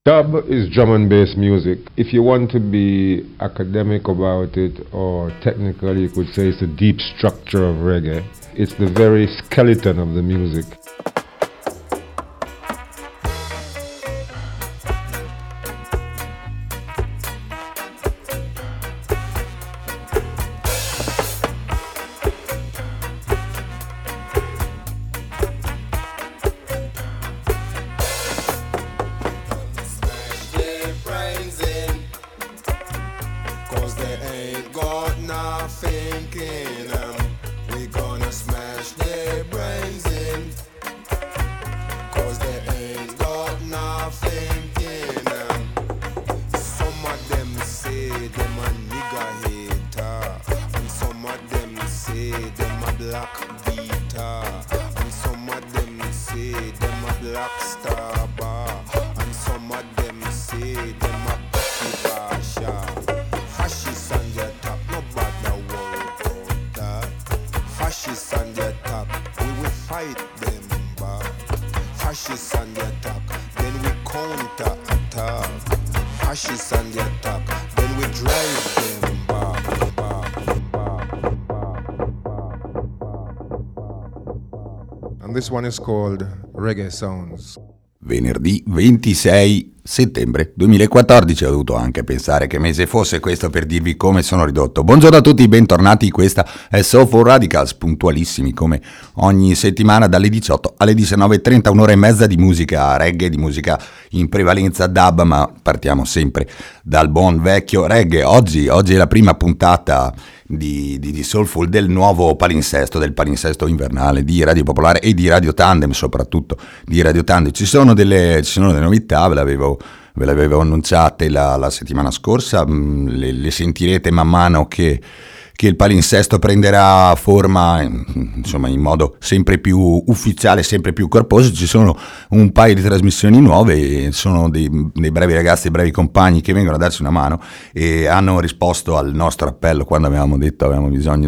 Dub is drum and bass music. If you want to be academic about it or technical, you could say it's the deep structure of reggae. It's the very skeleton of the music. This one is called Reggae Sounds. Venerdì 26 settembre 2014, ho dovuto anche pensare che mese fosse questo per dirvi come sono ridotto. Buongiorno a tutti, bentornati, questa è Soulful Radicals, puntualissimi come ogni settimana dalle 18 alle 19:30, un'ora e mezza di musica reggae, di musica in prevalenza dub, ma partiamo sempre dal buon vecchio reggae. Oggi è la prima puntata di Soulful del nuovo palinsesto, del palinsesto invernale di Radio Popolare e di Radio Tandem, soprattutto di Radio Tandem. Ci sono delle novità, ve le avevo annunciate la settimana scorsa, le sentirete man mano che il palinsesto prenderà forma, insomma, in modo sempre più ufficiale, sempre più corposo. Ci sono un paio di trasmissioni nuove, sono dei bravi ragazzi, dei bravi compagni che vengono a darci una mano e hanno risposto al nostro appello quando avevamo detto avevamo bisogno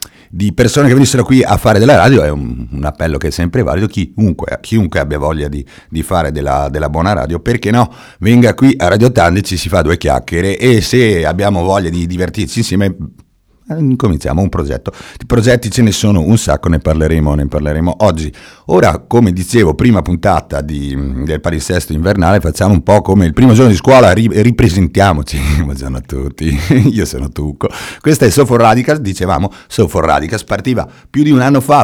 di persone che venissero qui a fare della radio. È un appello che è sempre valido. Chiunque abbia voglia di fare della buona radio, perché no, venga qui a Radio Tande, ci si fa due chiacchiere e se abbiamo voglia di divertirci insieme incominciamo un progetto. Di progetti ce ne sono un sacco, ne parleremo oggi. Ora, come dicevo, prima puntata del palinsesto invernale, facciamo un po' come il primo giorno di scuola, ripresentiamoci. Buongiorno a tutti, io sono Tucco, questa è Soulful Radicals. Dicevamo, Soulful Radicals partiva più di un anno fa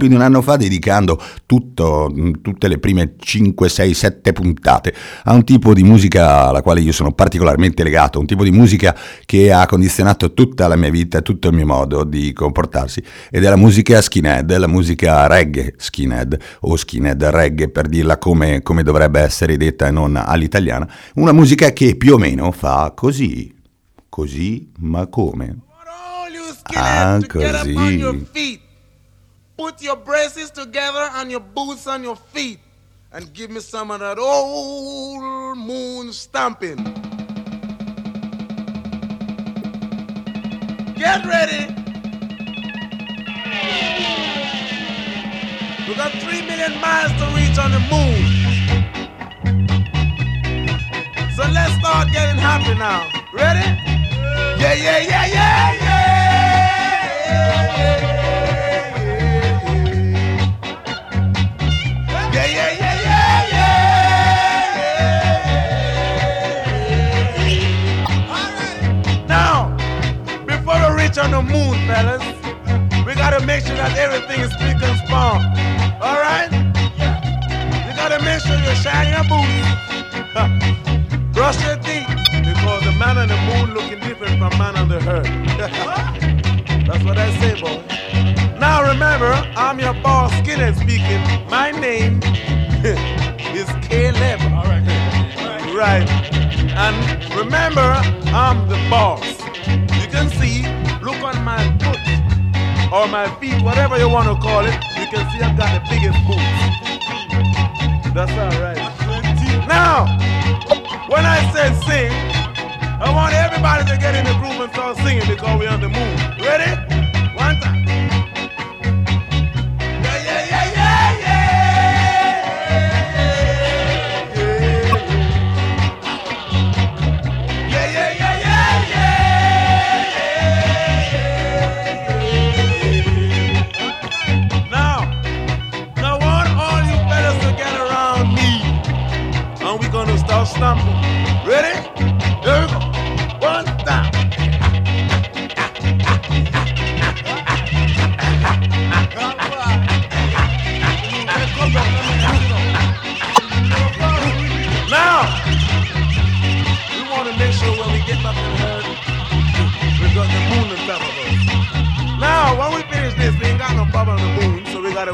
dedicando tutte le prime 5, 6, 7 puntate a un tipo di musica alla quale io sono particolarmente legato, un tipo di musica che ha condizionato tutta la mia vita, tutto il mio modo di comportarsi, ed è la musica skinhead, la musica reggae skinhead o skinhead reggae, per dirla come dovrebbe essere detta e non all'italiana. Una musica che più o meno fa così, ma come? Ah, così. Put your braces together and your boots on your feet and give me some of that old moon stamping. Get ready. We got 3 million miles to reach on the moon. So let's start getting happy now. Ready? Yeah, yeah, yeah, yeah, yeah. Yeah, yeah, yeah, yeah, yeah. All right. Now, before we reach on the moon, fellas, we gotta make sure that everything is spick and span. All right? You gotta make sure you shine your boots. Brush your teeth, because the man on the moon looking different from man on the earth. That's what I say, boy. Now remember, I'm your boss, Skinhead speaking. My name is Caleb. All right. Right. And remember, I'm the boss. You can see, look on my foot, or my feet, whatever you want to call it. You can see I've got the biggest boots. That's all right. Now, when I said sing, I want everybody to get in the groove and start singing, because we're on the moon. Ready? One time. Yeah, yeah, yeah, yeah, yeah.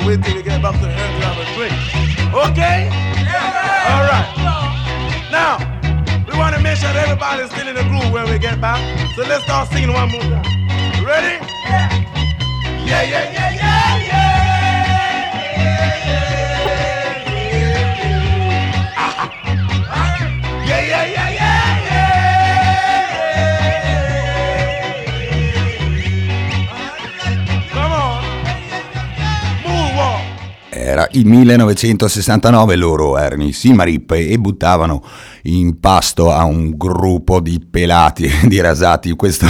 to wait till we get back to the earth to have a drink. Okay? Yeah. All right. Now, we want to make sure that everybody's still in the groove when we get back. So let's start singing one more time. You ready? Yeah. Yeah, yeah, yeah, yeah, yeah. Yeah, yeah, yeah, yeah, yeah. Come on. Moonwalk. Era il 1969, loro erano i Simarip e buttavano in pasto a un gruppo di pelati, di rasati, questa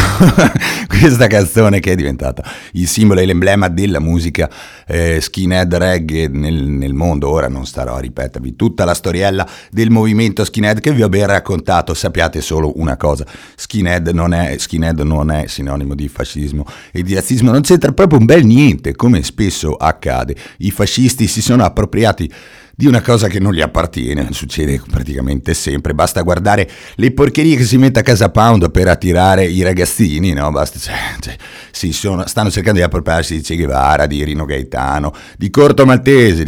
canzone che è diventata il simbolo e l'emblema della musica skinhead reggae nel mondo. Ora non starò a ripetervi tutta la storiella del movimento skinhead che vi ho ben raccontato. Sappiate solo una cosa: skinhead non è sinonimo di fascismo e di razzismo, non c'entra proprio un bel niente, come spesso accade. I fascisti si sono appropriati di una cosa che non gli appartiene, succede praticamente sempre, basta guardare le porcherie che si mette a Casa Pound per attirare i ragazzini, no? Basta, stanno cercando di appropriarsi di Che Guevara, di Rino Gaetano, di Corto Maltese,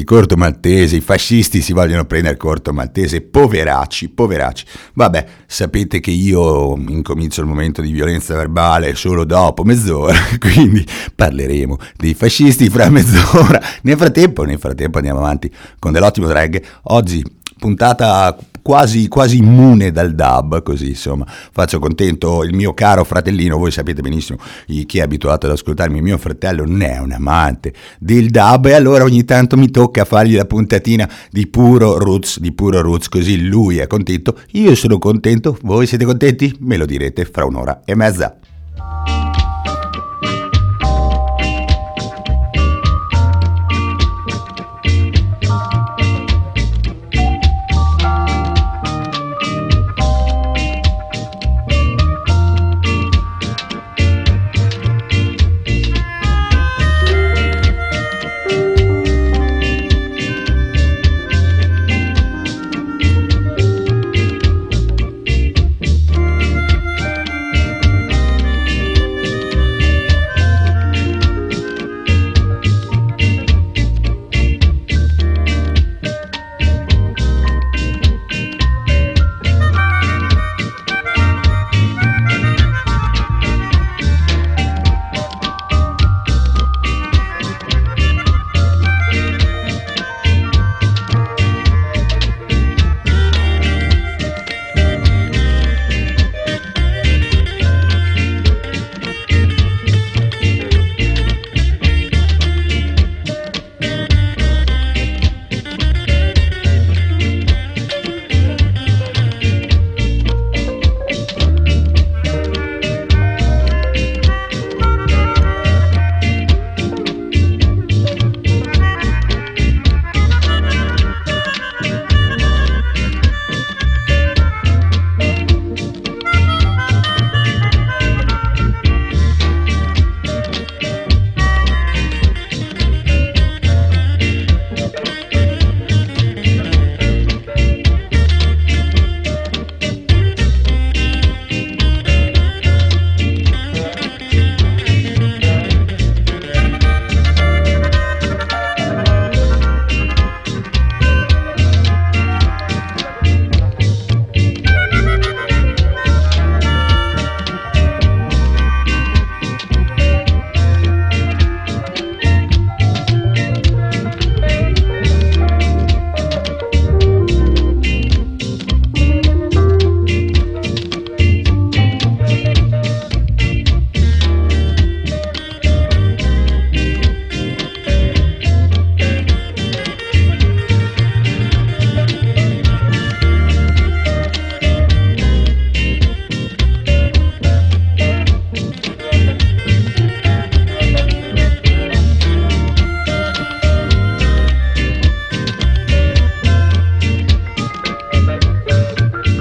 i fascisti si vogliono prendere Corto Maltese, poveracci. Vabbè, sapete che io incomincio il momento di violenza verbale solo dopo mezz'ora, quindi parleremo dei fascisti fra mezz'ora. Nel frattempo andiamo avanti con dell'ottimo reggae. Oggi puntata quasi immune dal dub, così insomma faccio contento il mio caro fratellino. Voi sapete benissimo, chi è abituato ad ascoltarmi, mio fratello non è un amante del dub, e allora ogni tanto mi tocca fargli la puntatina di puro roots, così lui è contento, io sono contento, voi siete contenti? Me lo direte fra un'ora e mezza.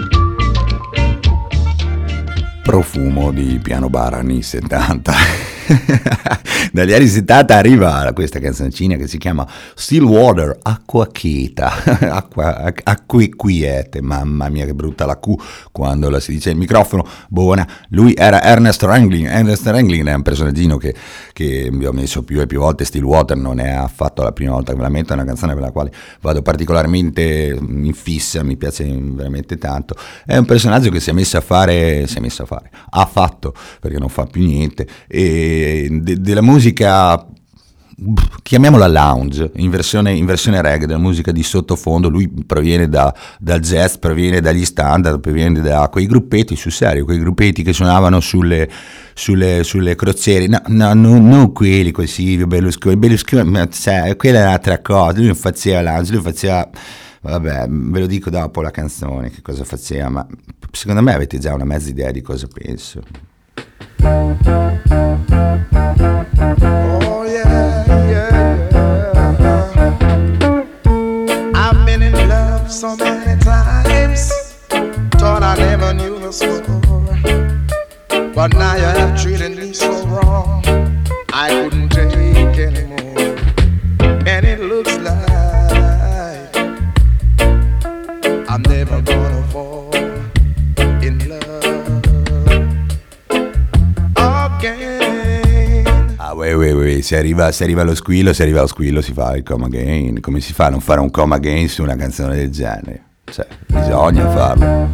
Profumo di piano bar anni 70. Dagli anni 70 arriva questa canzoncina che si chiama Still Water, acqua quieta, acqua quiete, mamma mia che brutta la Q quando la si dice il microfono, buona. Lui era Ernest Ranglin è un personaggino che vi ho messo più e più volte. Still Water non è affatto la prima volta che me la metto, è una canzone per la quale vado particolarmente in fissa, mi piace veramente tanto. È un personaggio che ha fatto, perché non fa più niente, e della musica, chiamiamola lounge, in versione reggae, della musica di sottofondo. Lui proviene dal jazz, proviene dagli standard, proviene da quei gruppetti, sul serio, quei gruppetti che suonavano sulle crociere, non quelli con Silvio Berlusconi, ma quella è un'altra cosa. Lui non faceva lounge, lui faceva, vabbè, ve lo dico dopo la canzone che cosa faceva, ma secondo me avete già una mezza idea di cosa penso. Oh yeah, yeah, yeah. I've been in love so many times, thought I never knew the score, but now you have treated me so wrong, I couldn't take anymore, and it looks like I'm never gonna fall in love again. Ah, se arriva lo squillo, si fa il come again. Come si fa a non fare un come again su una canzone del genere? Cioè, bisogna farlo.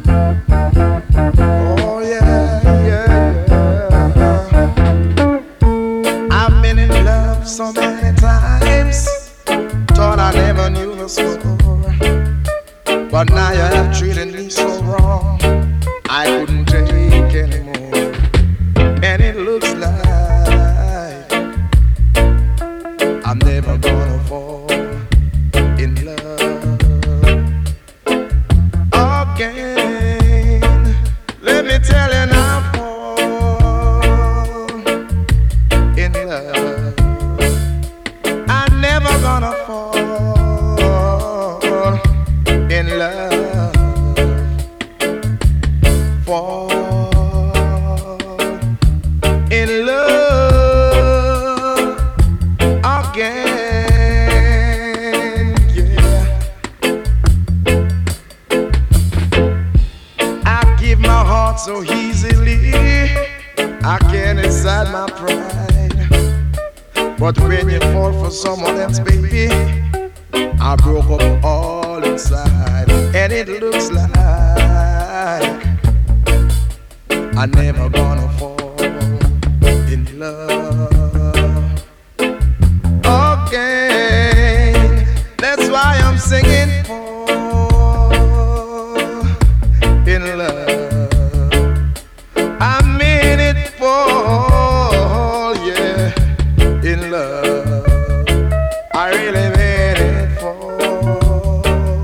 Oh yeah, yeah, yeah. I've been in love so many times, thought I never knew the score, but now you have treated me so wrong, I couldn't take anymore, and it looks like I'm never gonna fall in love again. Let me tell you now, fall in love, I'm never gonna fall in love, fall in love again, yeah. I give my heart so easily, I can't decide my pride, but when you fall for someone else, baby, I broke up all inside, and it looks like I'm never gonna fall in love again. That's why I'm singing fall in love. I mean it, fall, yeah, in love. I really mean it, fall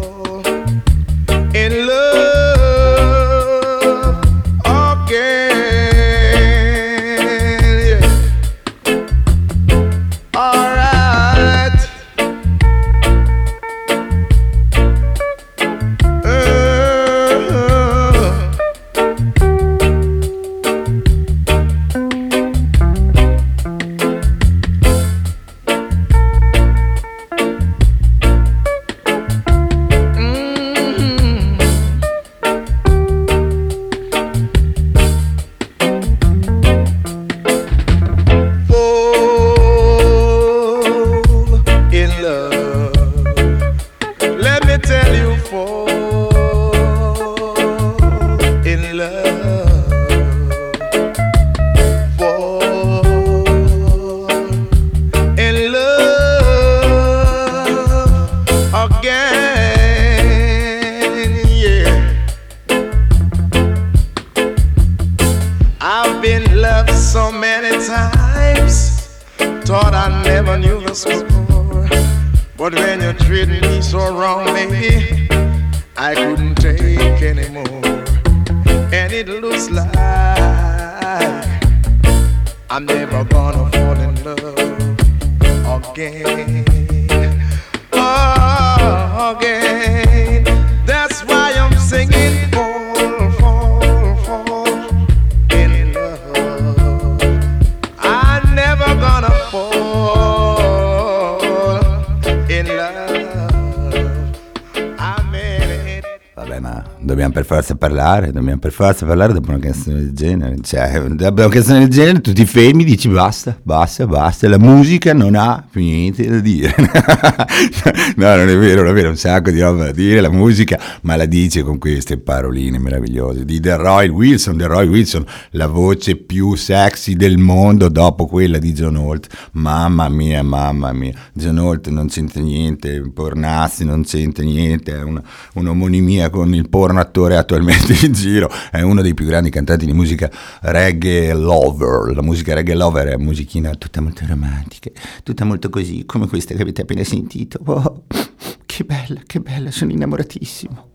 in love again, yeah. All right. Thought I never knew the score, but when you treated me so wrong, baby, I couldn't take anymore, and it looks like I'm never gonna fall in love again, again. That's why I'm singing fall, fall, fall in love. I never ma dobbiamo per forza parlare dopo una canzone del genere. Cioè, dopo una canzone del genere tu ti fermi e dici basta, la musica non ha più niente da dire. No, non è vero, un sacco di roba da dire, la musica, ma la dice con queste paroline meravigliose di The Roy Wilson, la voce più sexy del mondo dopo quella di John Holt. Mamma mia, John Holt non c'entra niente, Pornazzi non c'entra niente, è un'omonimia con il porno attore attualmente in giro, è uno dei più grandi cantanti di musica reggae lover. La musica reggae lover è musichina tutta molto romantica, tutta molto così, come questa che avete appena sentito. Oh, che bella, sono innamoratissimo.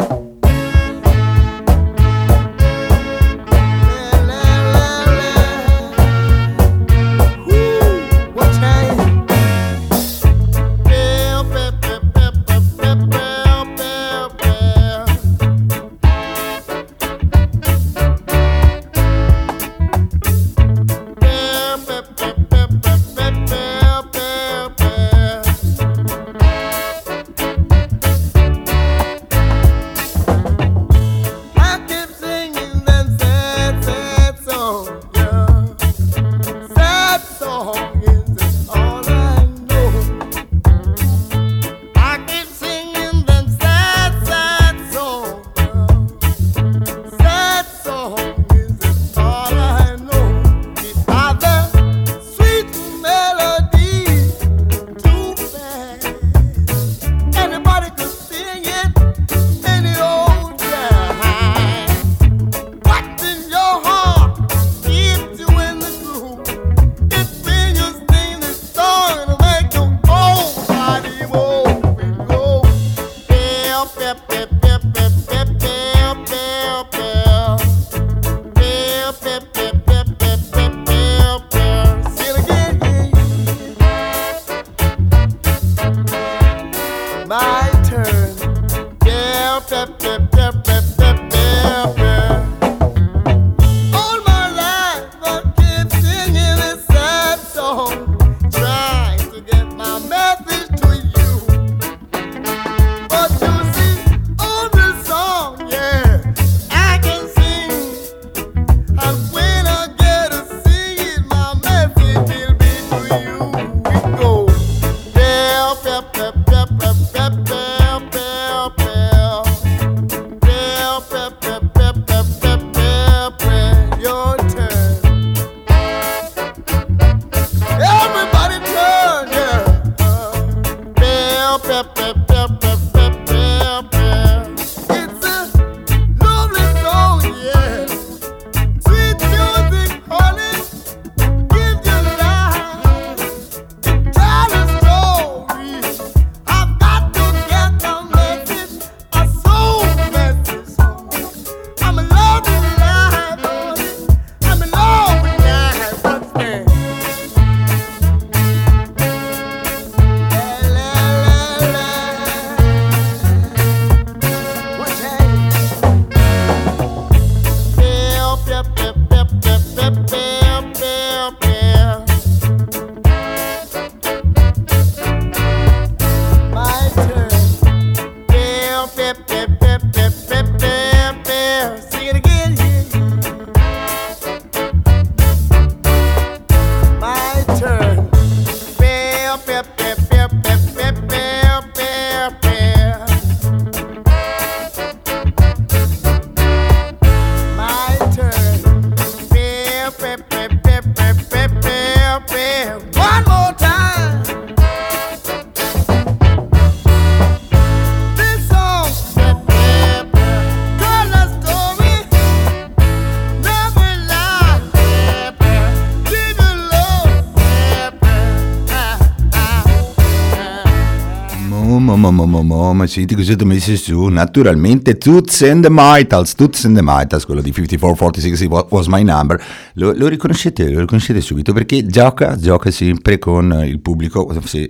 Ma senti cosa ti ho messo su? Naturalmente Toots and the Maytals, quello di 5446 Was My Number. Lo riconoscete subito, perché gioca sempre con il pubblico. Se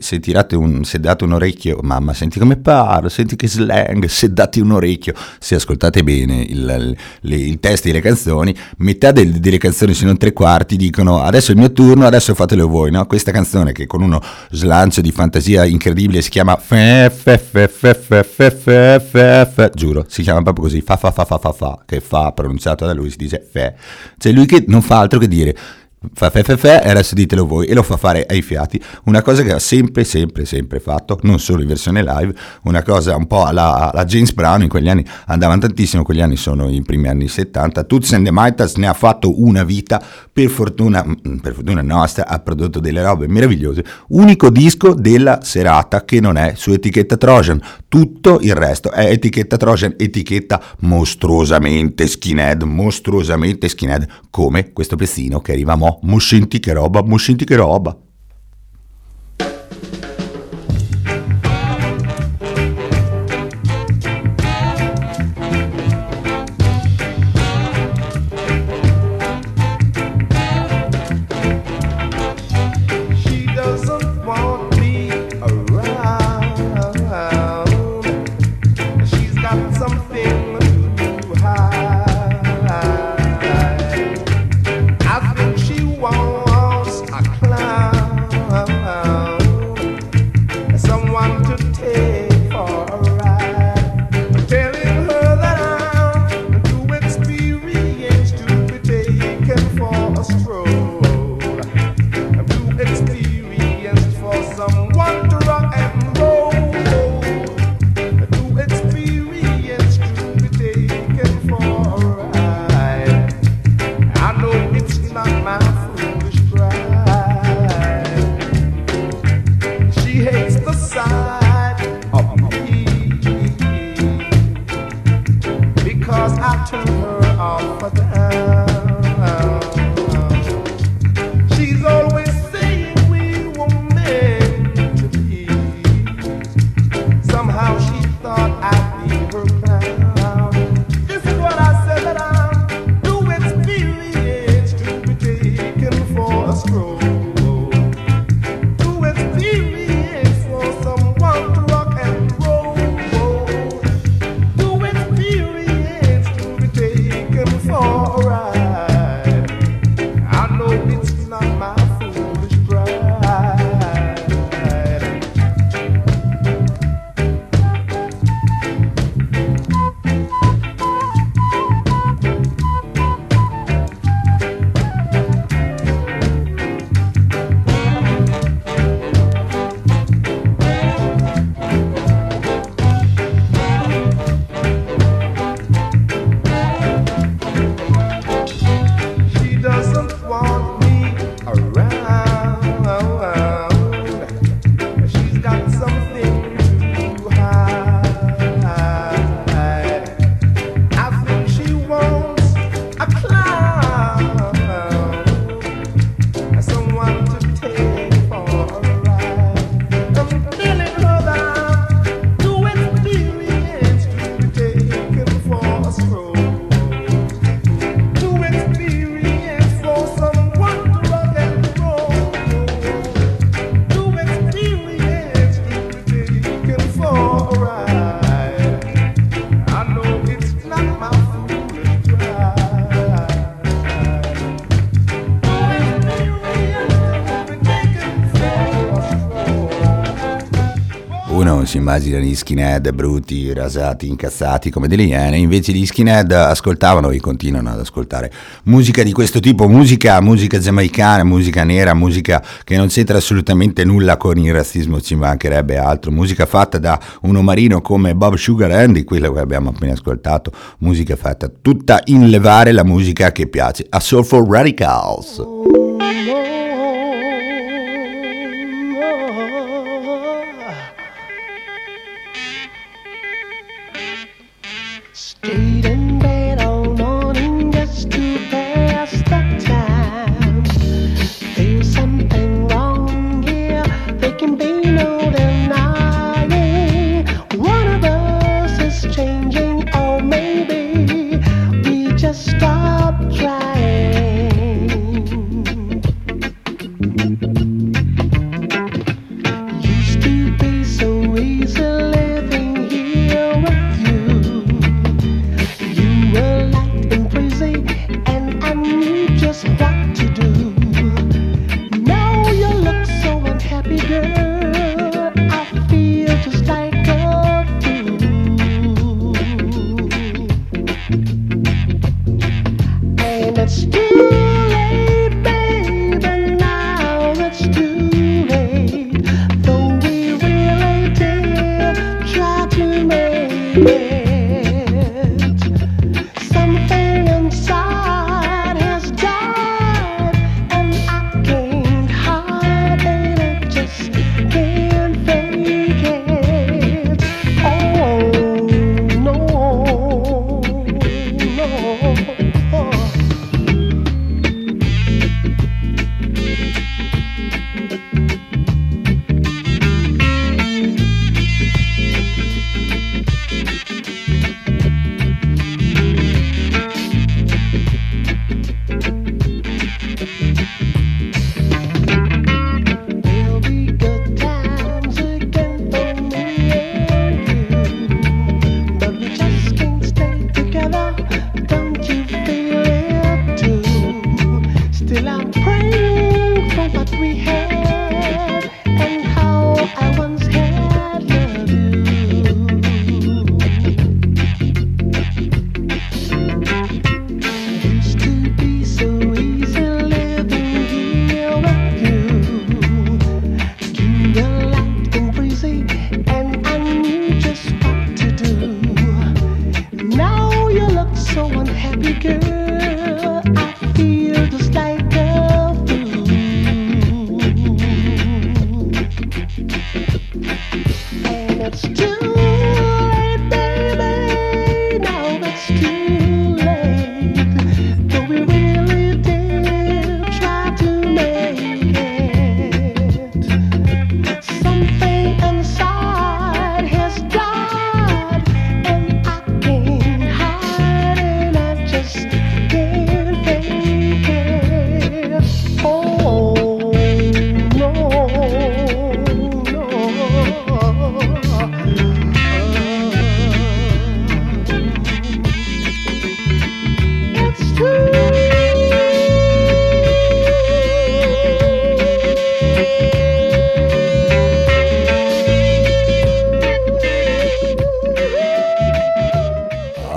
date un orecchio, mamma, senti come parlo, senti che slang, se date un orecchio, se ascoltate bene il testo delle canzoni, metà delle canzoni, se non tre quarti, dicono adesso è il mio turno, adesso fatelo voi, no? Questa canzone che con uno slancio di fantasia incredibile si chiama fe, giuro, si chiama proprio così, fa, che fa pronunciato da lui si dice fe, cioè lui che non fa altro che dire fa fe, e adesso ditelo voi, e lo fa fare ai fiati, una cosa che ha sempre fatto, non solo in versione live, una cosa un po' alla James Brown. In quegli anni andavano tantissimo, quegli anni sono i primi anni 70, Toots and the Maytals ne ha fatto una vita, per fortuna nostra ha prodotto delle robe meravigliose, unico disco della serata che non è su etichetta Trojan, tutto il resto è etichetta Trojan, etichetta mostruosamente skinhead, come questo pezzettino che arriva mo'. Senti che roba. Si immaginano gli skinhead brutti, rasati, incazzati come delle iene, invece gli skinhead ascoltavano e continuano ad ascoltare musica di questo tipo, musica giamaicana, musica nera, musica che non c'entra assolutamente nulla con il razzismo, ci mancherebbe altro, musica fatta da un omarino come Bob Sugar Andy, quello che abbiamo appena ascoltato, musica fatta tutta in levare la musica che piace a Soulful Radicals. Stop trying.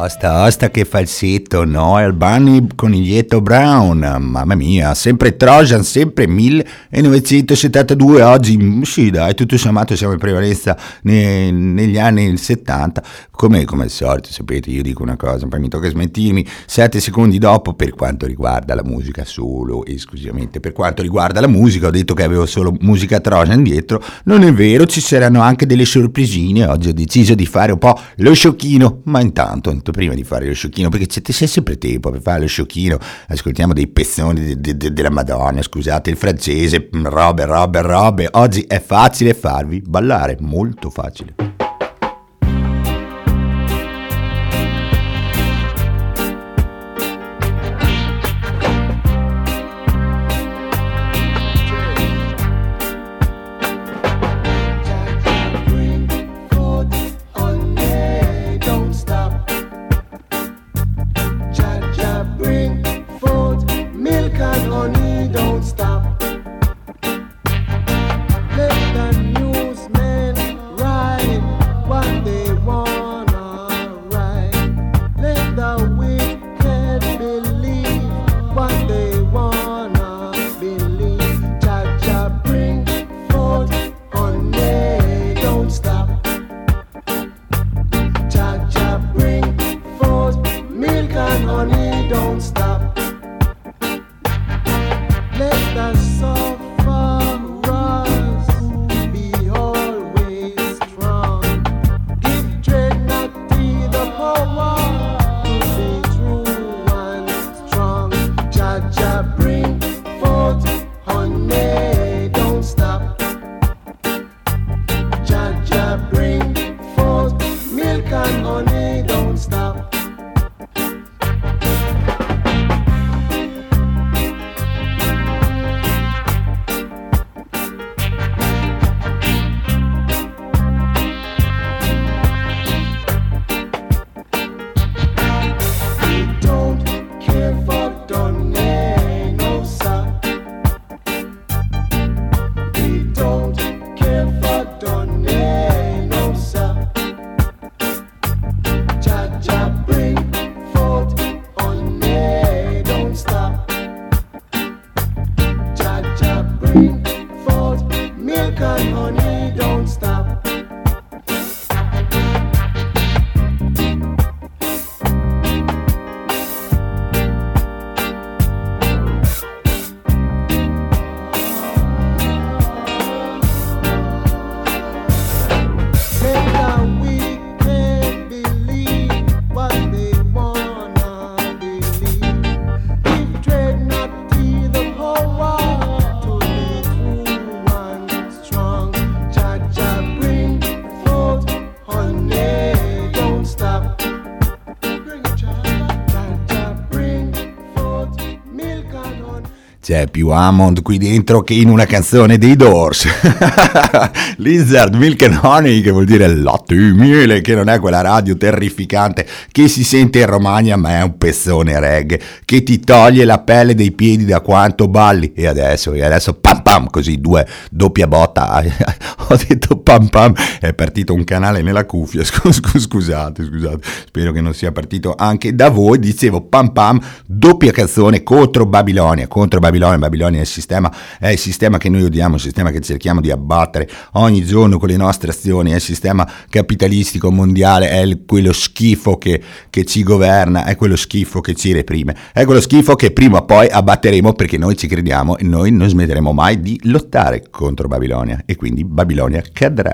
Osta che falsetto, Noel Bunny Coniglietto Brown, mamma mia, sempre Trojan, sempre 1972, oggi sì dai, tutto sommato siamo in prevalenza negli anni 70, come al solito, sapete, io dico una cosa, poi mi tocca smentirmi 7 secondi dopo per quanto riguarda la musica, solo esclusivamente per quanto riguarda la musica, ho detto che avevo solo musica Trojan dietro, non è vero, ci saranno anche delle sorpresine, oggi ho deciso di fare un po' lo sciocchino, ma intanto prima di fare lo sciocchino, perché c'è sempre tempo per fare lo sciocchino, ascoltiamo dei pezzoni della Madonna, scusate il francese, robe, oggi è facile farvi ballare, molto facile. C'è più Hammond qui dentro che in una canzone dei Doors. Lizard, Milk and Honey, che vuol dire latte e miele, che non è quella radio terrificante che si sente in Romagna, ma è un pezzone reggae che ti toglie la pelle dei piedi da quanto balli. E adesso pam pam, così doppia botta. Ho detto pam pam, è partito un canale nella cuffia, scusate, spero che non sia partito anche da voi. Dicevo pam pam, doppia canzone contro Babilonia. Babilonia è il sistema che noi odiamo, il sistema che cerchiamo di abbattere ogni giorno con le nostre azioni, è il sistema capitalistico mondiale, è quello schifo che ci governa, è quello schifo che ci reprime, è quello schifo che prima o poi abbatteremo, perché noi ci crediamo e noi non smetteremo mai di lottare contro Babilonia, e quindi Babilonia cadrà.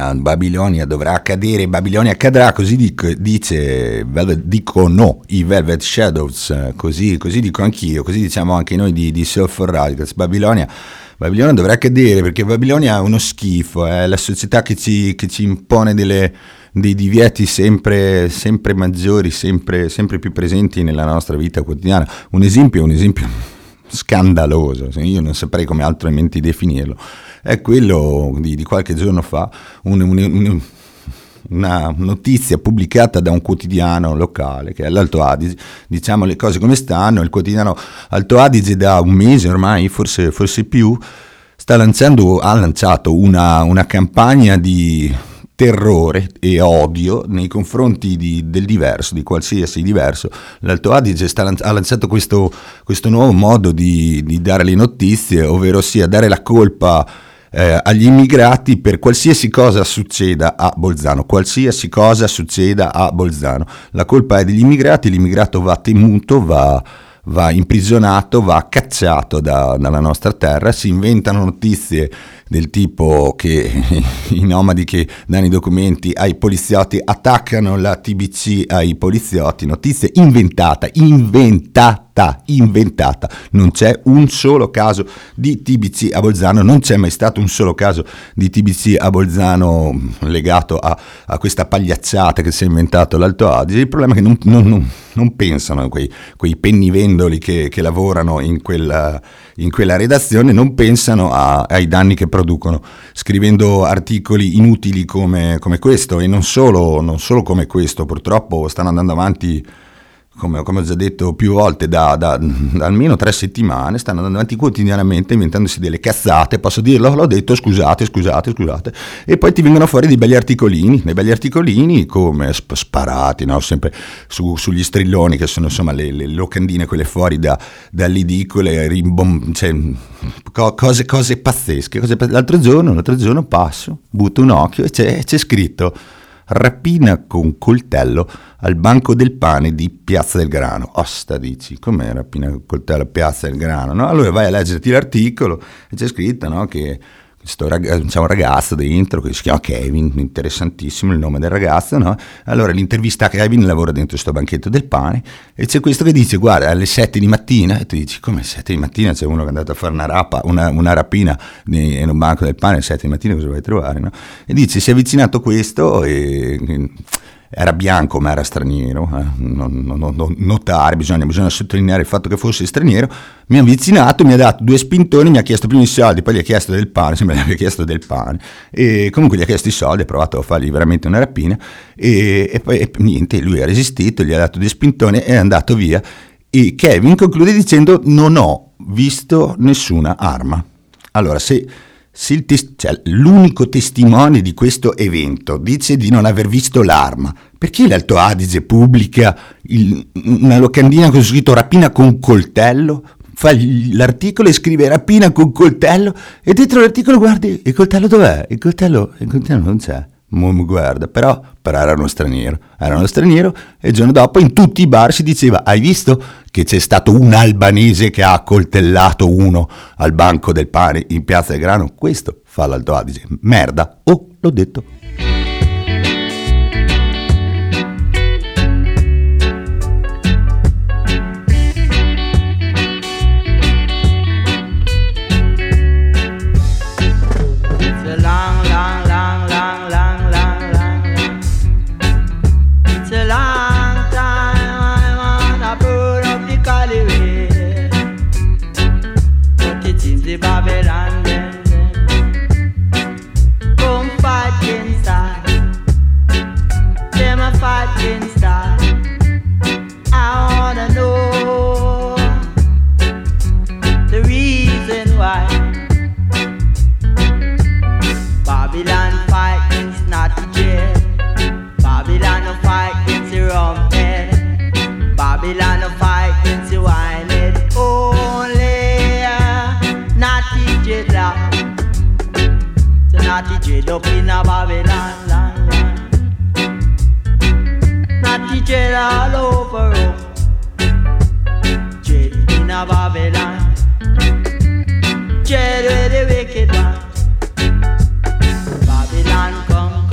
Babilonia dovrà cadere, Babilonia cadrà, così dicono i Velvet Shadows, così dico anch'io, così diciamo anche noi di Soul for Radicals. Babilonia dovrà cadere perché Babilonia è uno schifo, è la società che ci impone dei divieti sempre maggiori, sempre più presenti nella nostra vita quotidiana. Un esempio scandaloso, io non saprei come altrimenti definirlo, è quello di qualche giorno fa, una notizia pubblicata da un quotidiano locale che è l'Alto Adige. Diciamo le cose come stanno: il quotidiano Alto Adige da un mese ormai, forse più, ha lanciato una campagna di terrore e odio nei confronti del diverso, di qualsiasi diverso. L'Alto Adige ha lanciato questo nuovo modo di dare le notizie, ovvero sia dare la colpa agli immigrati per qualsiasi cosa succeda a Bolzano. Qualsiasi cosa succeda a Bolzano, la colpa è degli immigrati, l'immigrato va temuto, va imprigionato, va cacciato dalla nostra terra. Si inventano notizie del tipo che i nomadi che danno i documenti ai poliziotti attaccano la TBC ai poliziotti, notizia inventata, non c'è un solo caso di TBC a Bolzano, non c'è mai stato un solo caso di TBC a Bolzano legato a questa pagliacciata che si è inventato l'Alto Adige. Il problema è che non pensano quei pennivendoli che lavorano in quella redazione, non pensano ai danni che producono scrivendo articoli inutili come questo, e non solo come questo. Purtroppo stanno andando avanti, come ho già detto più volte, da almeno 3 settimane, stanno andando avanti quotidianamente inventandosi delle cazzate, posso dirlo, l'ho detto, scusate, e poi ti vengono fuori dei belli articolini come sparati, no? Sempre sugli strilloni, che sono insomma le locandine quelle fuori dalle edicole, cioè, cose pazzesche. L'altro giorno passo, butto un occhio e c'è scritto: rapina con coltello al Banco del Pane di Piazza del Grano. Osta, dici, com'è rapina con coltello a Piazza del Grano? No? Allora vai a leggerti l'articolo e c'è scritto, no, che c'è un ragazzo dentro che si chiama Kevin, interessantissimo il nome del ragazzo, no? Allora l'intervista a Kevin, lavora dentro sto banchetto del pane, e c'è questo che dice: guarda, alle 7 di mattina, e tu dici, come 7 di mattina? C'è uno che è andato a fare una rapina in un banco del pane alle 7 di mattina, cosa vai a trovare, no? E dice: si è avvicinato questo e era bianco ma era straniero, notare, bisogna sottolineare il fatto che fosse straniero. Mi ha avvicinato, mi ha dato 2 spintoni, mi ha chiesto prima i soldi, poi gli ha chiesto del pane, sembra che gli abbia chiesto del pane, e comunque gli ha chiesto i soldi, ha provato a fargli veramente una rapina, e poi niente, lui ha resistito, gli ha dato 2 spintoni e è andato via. E Kevin conclude dicendo: non ho visto nessuna arma. Allora, se l'unico testimone di questo evento dice di non aver visto l'arma, perché l'Alto Adige pubblica una locandina con scritto rapina con coltello, fa l'articolo e scrive rapina con coltello, e dentro l'articolo guardi, il coltello dov'è? Il coltello non c'è. Guarda, però era uno straniero, e il giorno dopo in tutti i bar si diceva: hai visto che c'è stato un albanese che ha accoltellato uno al Banco del Pane in Piazza del Grano? Questo fa l'Alto Adige, merda, l'ho detto. Up in a Babylon land. Natty dread all over dread in a Babylon. Dread where the wicked one. Babylon come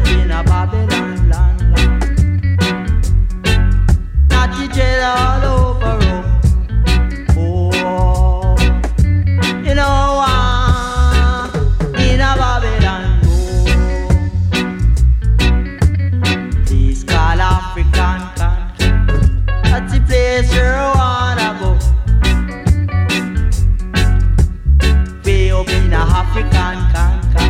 up in a Babylon land. Natty jail all over. Oh, you know in a Babylon. Oh, please call African country. That's the place where I wanna go. Way up in a African country.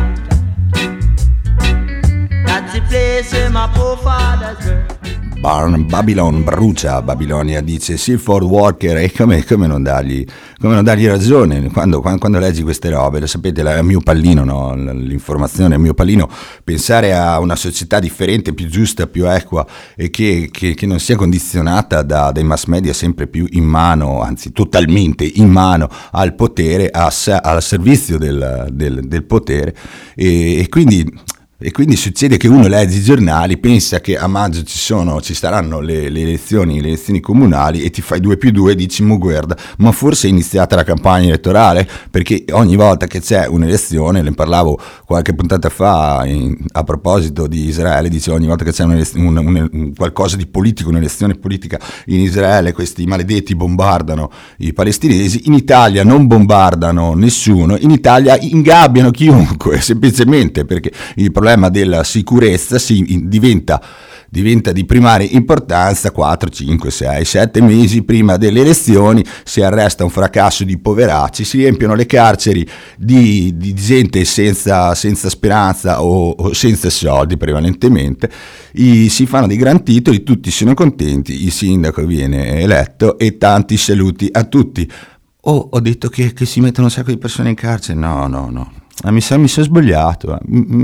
That's the place where my forefathers were. Babylon brucia, Babilonia, dice Silford Walker, e come non dargli ragione quando leggi queste robe. Lo sapete, è il mio pallino, no? L'informazione è il mio pallino. Pensare a una società differente, più giusta, più equa, e che non sia condizionata dai mass media sempre più in mano, anzi totalmente in mano al potere, al servizio del potere, e quindi succede che uno legge i giornali, pensa che a maggio ci saranno le elezioni comunali, e ti fai 2 più 2 e dici: ma guarda, ma forse è iniziata la campagna elettorale, perché ogni volta che c'è un'elezione, ne parlavo qualche puntata fa a proposito di Israele, dicevo, ogni volta che c'è qualcosa di politico, un'elezione politica in Israele, questi maledetti bombardano i palestinesi. In Italia non bombardano nessuno, in Italia ingabbiano chiunque, semplicemente perché il problema della sicurezza diventa di primaria importanza. 4, 5, 6, 7 mesi prima delle elezioni si arresta un fracasso di poveracci, si riempiono le carceri di gente senza speranza o senza soldi prevalentemente, si fanno dei gran titoli, tutti sono contenti, il sindaco viene eletto e tanti saluti a tutti. Ho detto che si mettono un sacco di persone in carcere. No. Mi sono sbagliato,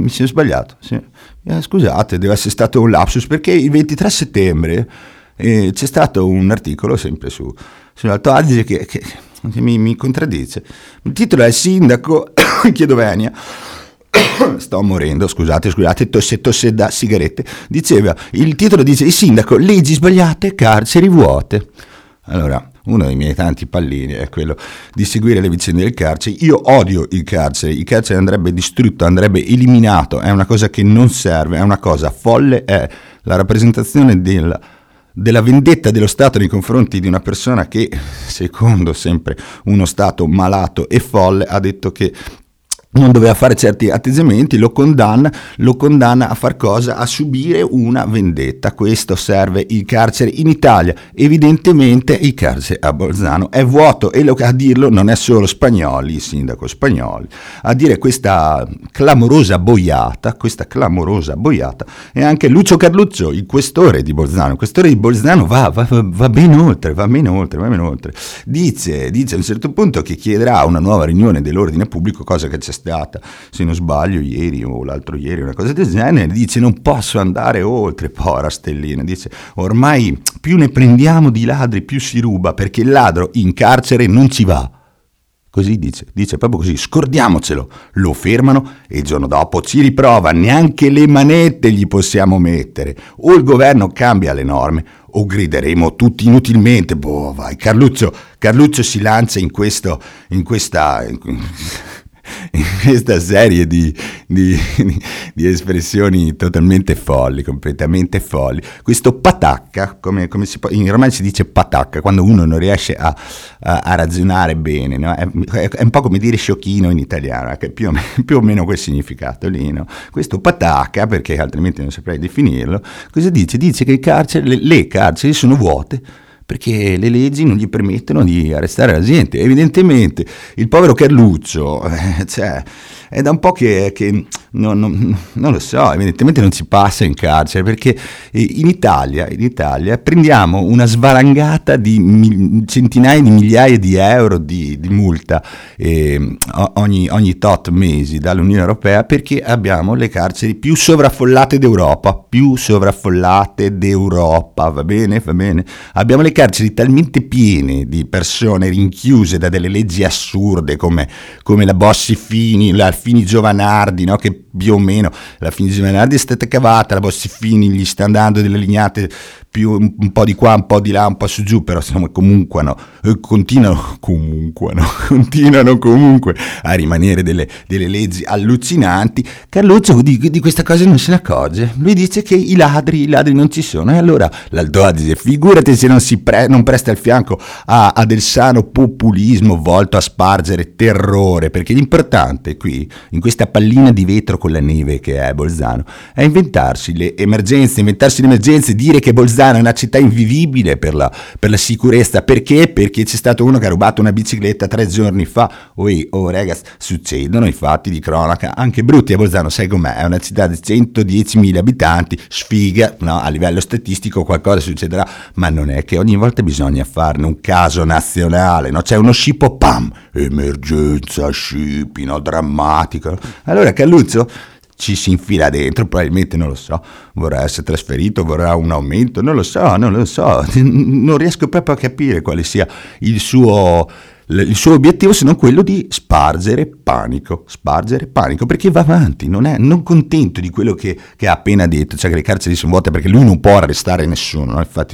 sì. Scusate, deve essere stato un lapsus, perché il 23 settembre c'è stato un articolo sempre sull'Alto Adige che mi contraddice. Il titolo è Sindaco, chiedo venia, sto morendo, scusate, tosse da sigarette. Il titolo dice: il sindaco, leggi sbagliate, carceri vuote. Allora, uno dei miei tanti pallini è quello di seguire le vicende del carcere. Io odio il carcere andrebbe distrutto, andrebbe eliminato, è una cosa che non serve, è una cosa folle, è la rappresentazione della vendetta dello Stato nei confronti di una persona che, secondo sempre uno Stato malato e folle, ha detto che non doveva fare certi atteggiamenti, lo condanna a far cosa? A subire una vendetta. Questo serve il carcere in Italia. Evidentemente il carcere a Bolzano è vuoto, e a dirlo non è solo Spagnoli, il sindaco Spagnoli, a dire questa clamorosa boiata è anche Lucio Carluccio, il questore di Bolzano. Il questore di Bolzano va ben oltre. Dice a un certo punto che chiederà una nuova riunione dell'ordine pubblico, cosa che c'è stata, se non sbaglio, ieri o l'altro ieri, una cosa del genere. Dice: non posso andare oltre, povera stellina. Dice: ormai più ne prendiamo di ladri più si ruba, perché il ladro in carcere non ci va. Così dice proprio così, scordiamocelo. Lo fermano e il giorno dopo ci riprova, neanche le manette gli possiamo mettere. O il governo cambia le norme o grideremo tutti inutilmente. Vai, Carluccio si lancia in questa serie di espressioni totalmente folli, completamente folli. Questo patacca, come in romano si dice patacca, quando uno non riesce a ragionare bene, no? È un po' come dire sciocchino in italiano, che più o meno quel significato lì, no? Questo patacca, perché altrimenti non saprei definirlo, cosa dice? Dice che le carceri sono vuote perché le leggi non gli permettono di arrestare la gente. Evidentemente il povero Carluccio è da un po' che non lo so, evidentemente non si passa in carcere, perché in Italia prendiamo una svalangata di centinaia di migliaia di euro di multa ogni tot mesi dall'Unione Europea, perché abbiamo le carceri più sovraffollate d'Europa, va bene? Abbiamo le carceri talmente piene di persone rinchiuse da delle leggi assurde come la Bossi-Fini, la Fini Giovanardi, no? Che più o meno la Fini Giovanardi è stata cavata, la Bossi-Fini gli sta andando delle lignate più un po' di qua, un po' di là, un po' su giù, però insomma continuano comunque a rimanere delle leggi allucinanti. Carluccio di questa cosa non se ne accorge, lui dice che i ladri non ci sono, e allora l'Alto Adige, figurati se non presta il fianco a del sano populismo volto a spargere terrore, perché l'importante qui, in questa pallina di vetro con la neve che è Bolzano, è inventarsi le emergenze, dire che Bolzano è una città invivibile per la sicurezza. Perché c'è stato uno che ha rubato una bicicletta 3 giorni fa. Ragazzi, succedono i fatti di cronaca anche brutti a Bolzano, sai com'è, è una città di 110.000 abitanti, sfiga, no? A livello statistico qualcosa succederà, ma non è che ogni volta bisogna farne un caso nazionale, no? C'è uno scippo, pam, emergenza scippi, no? Drammatico. Allora Carluccio ci si infila dentro, probabilmente, non lo so, vorrà essere trasferito, vorrà un aumento, non lo so, non riesco proprio a capire quale sia il suo obiettivo, se non quello di spargere panico, perché va avanti, non contento di quello che ha appena detto, cioè che le carceri sono vuote perché lui non può arrestare nessuno, no? Infatti,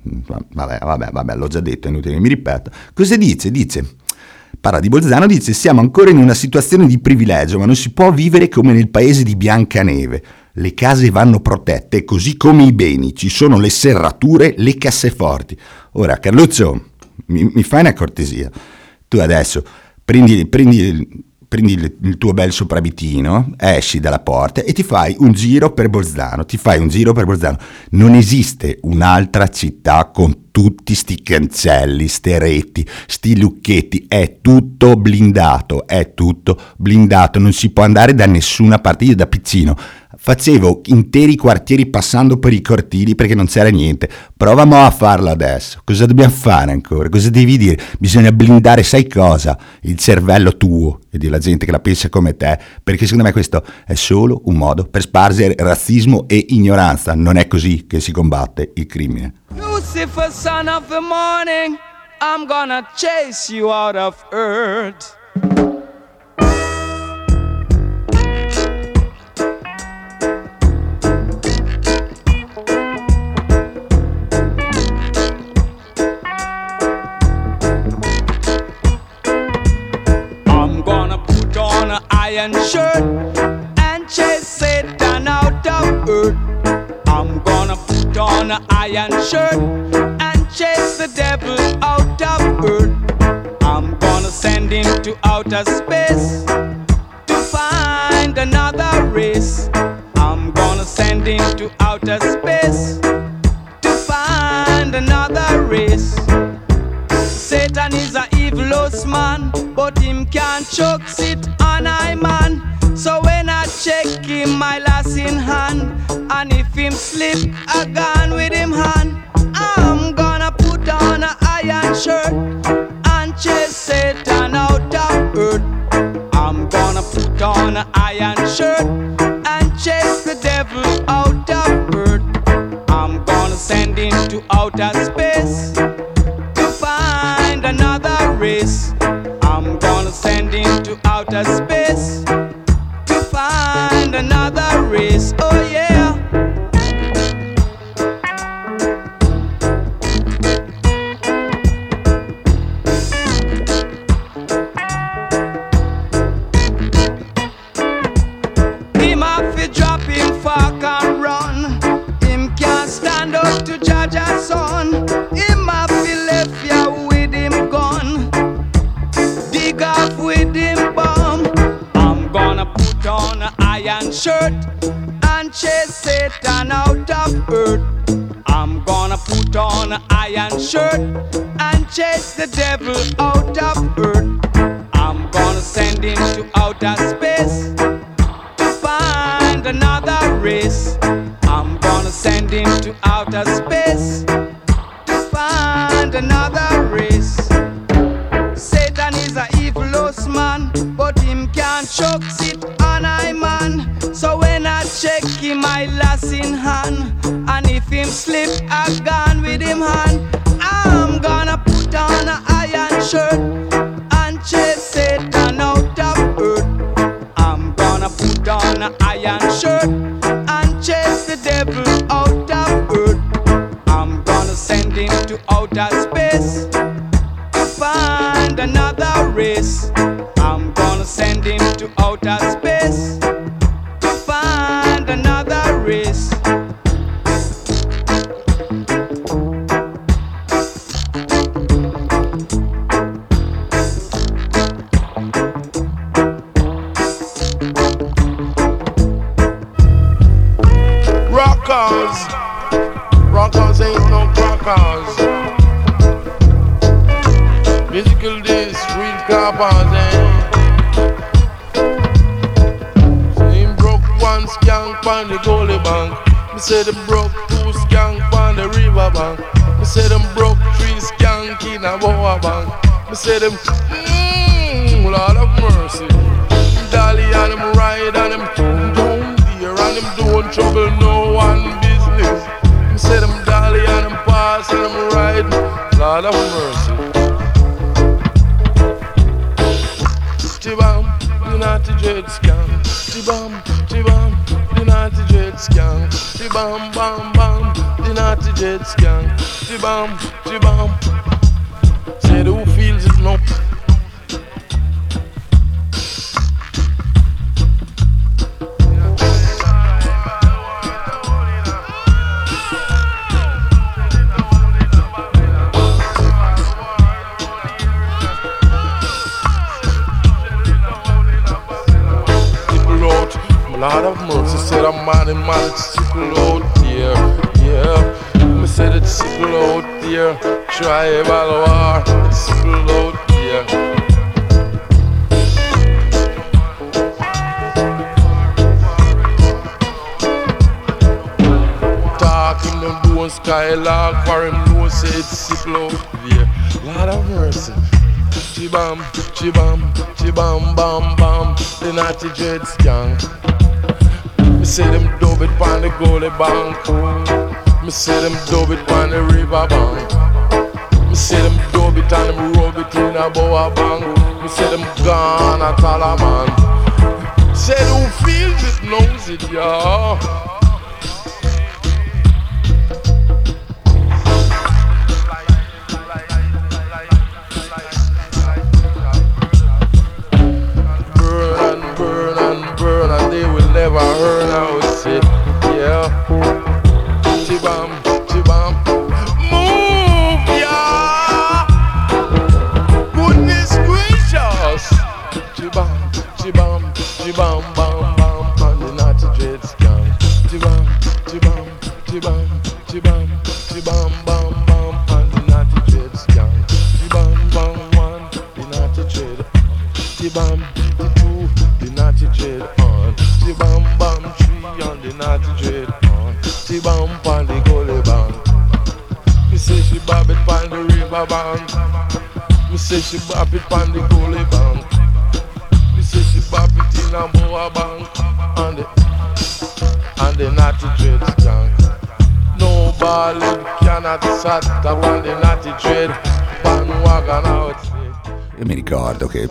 vabbè, l'ho già detto, è inutile che mi ripeta. Cosa dice? Parla di Bolzano, dice: siamo ancora in una situazione di privilegio, ma non si può vivere come nel paese di Biancaneve. Le case vanno protette, così come i beni, ci sono le serrature, le casseforti. Ora, Carluccio, mi fai una cortesia. Tu adesso prendi il tuo bel soprabitino, esci dalla porta e ti fai un giro per Bolzano. Non esiste un'altra città con tutti sti cancelli, ste reti, sti lucchetti, è tutto blindato, non si può andare da nessuna parte. Io da piccino facevo interi quartieri passando per i cortili perché non c'era niente. Prova mo a farlo adesso. Cosa dobbiamo fare ancora? Cosa devi dire? Bisogna blindare, sai cosa? Il cervello tuo e della gente che la pensa come te, perché secondo me questo è solo un modo per spargere razzismo e ignoranza. Non è così che si combatte il crimine. Lucifer, son of the morning, I'm gonna chase you out of earth. I'm gonna put on an iron shirt and chase Satan out of earth. I'm gonna put on an iron shirt and chase the devil out of earth. I'm gonna send him to outer space to find another race. I'm gonna send him to outer space to find another race. Satan is a evilous man, but him can't choke sit on I man. So when I check him, my lass in hand, and if him slip, I gone with him hand. I'm gonna put on an iron shirt and chase Satan out of earth. I'm gonna put on an iron shirt and chase the devil out of earth. I'm gonna send him to outer space to find another race. I'm gonna send him to outer space to find another race. Oh yeah. Him have to drop him fork and run. Him can't stand up to Jaja's son. Him have to left ya with him gun. Dig off with him bomb. I'm gonna put on an iron shirt and chase Satan out of earth. I'm gonna put on an iron shirt and chase the devil out of earth. I'm gonna send him to outer space to find another race. I'm gonna send him to outer space to find another race. Satan is a evilous man, but him can't choke sit on I man. So when I check him, I lass in hand, and if him slip, I gone with him hand. I'm gonna put on an iron shirt and chase Satan out of earth. I'm iron shirt and chase the devil out of earth. I'm gonna send him to outer space to find another race. I'm gonna send him to outer space to find another race. Rockers ain't no crackers. Musical days, real coppers, Him broke one skank on the goalie bank. Me say them broke two skank on the river bank. Me say them broke three skank in a boa bank. Me say them, Lord of mercy. Dolly and them ride and them down there and them don't trouble no one business. Me say them dolly and them pass and them ride, Lord of mercy. Chibam, the naughty dread scan. Chibam, the naughty dread scan. Chibam, bam, bam, the naughty dread scan. Chibam. Say who feels it no. Lord of mercy, said I'm mad and man, it's sickle out there, yeah. Me said it's sickle out there, tribal war, it's sickle out there. Talking them doing skylark, for him know say it's sickle out there. Lord of mercy. Chibam, bam, bam, the naughty dread skank. Me say them dub it pon the goalie bank. Me say them dub it pon the river bank. Me say them dub it and them rub it in a boa bank. Me say them gone at all a man. Say who feels it knows it, y'all. Never heard how it's it, yeah. Chibam, move, yeah. Goodness gracious. Chibam, bam, bam, and the naughty dread skank. Chibam, bam, bam, and the naughty dread skank. Chibam, bam, one, the naughty dread. Chibam, the two, the naughty dread. Chibam bam tree on the naughty dread on. Chibam pan the goalie bank. Me say she bob it pan the river bank. Me say she bob it pan the goalie bank. Me say she bob it in a boa bank. And the naughty dread skank. No ball cannot sat up on the naughty dread bandwagon outside. Io mi ricordo che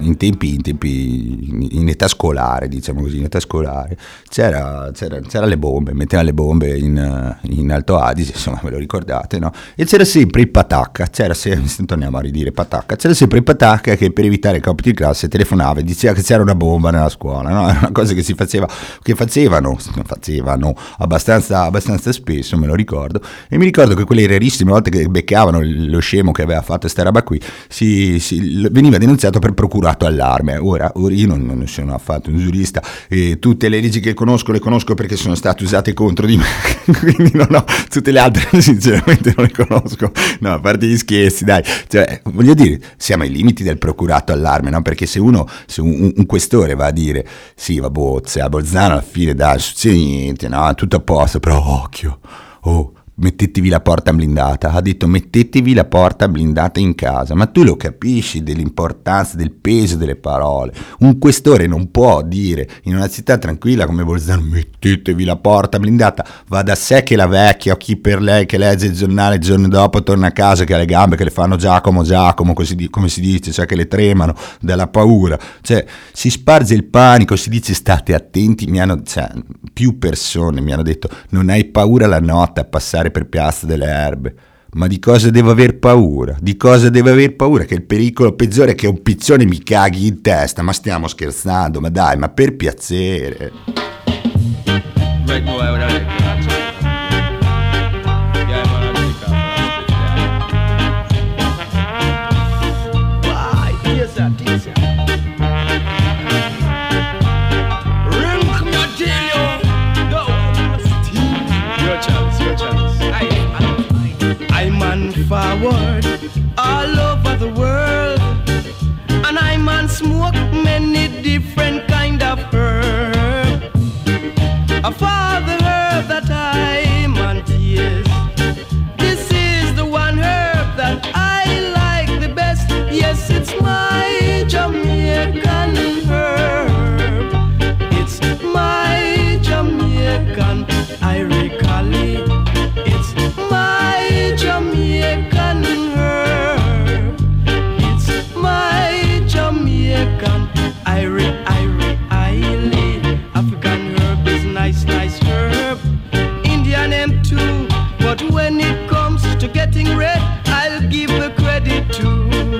in età scolare, diciamo così, in età scolare c'era le bombe, metteva le bombe in Alto Adige, insomma, ve lo ricordate, no? E c'era sempre il patacca, torniamo a ridire patacca, c'era sempre il patacca che per evitare i compiti di classe telefonava e diceva che c'era una bomba nella scuola, no? Era una cosa che facevano abbastanza spesso, me lo ricordo, e mi ricordo che quelle rarissime volte che beccavano lo scemo che aveva fatto sta roba qui veniva denunziato per procurato allarme. Ora io non sono affatto un giurista e tutte le leggi che conosco le conosco perché sono state usate contro di me, quindi tutte le altre sinceramente non le conosco, no, a parte gli scherzi, dai, cioè, voglio dire, siamo ai limiti del procurato allarme, no? Perché se un questore va a dire sì, vabbè, a Bolzano alla fine dai, non succede niente, no, tutto a posto, però occhio, mettetevi la porta blindata, ha detto mettetevi la porta blindata in casa, ma tu lo capisci dell'importanza, del peso delle parole? Un questore non può dire in una città tranquilla come Bolzano mettetevi la porta blindata, va da sé che la vecchia o chi per lei che legge il giornale il giorno dopo torna a casa che ha le gambe che le fanno Giacomo, come si dice, cioè che le tremano dalla paura, cioè si sparge il panico, si dice state attenti, più persone mi hanno detto non hai paura la notte a passare per Piazza delle Erbe. Ma di cosa devo aver paura? Di cosa devo aver paura? Che il pericolo peggiore è che un piccione mi caghi in testa. Ma stiamo scherzando? Ma dai, ma per piacere. Forward all over the world, and I'm on smoke many different kind of herb. For the herb that I'm on tears, this is the one herb that I like the best. Yes, it's my Jamaican herb. It's my Jamaican Iricali. It's my Jamaican herb. It's my Jamaican Iri. African herb is nice herb. Indian name too. But when it comes to getting red, I'll give the credit to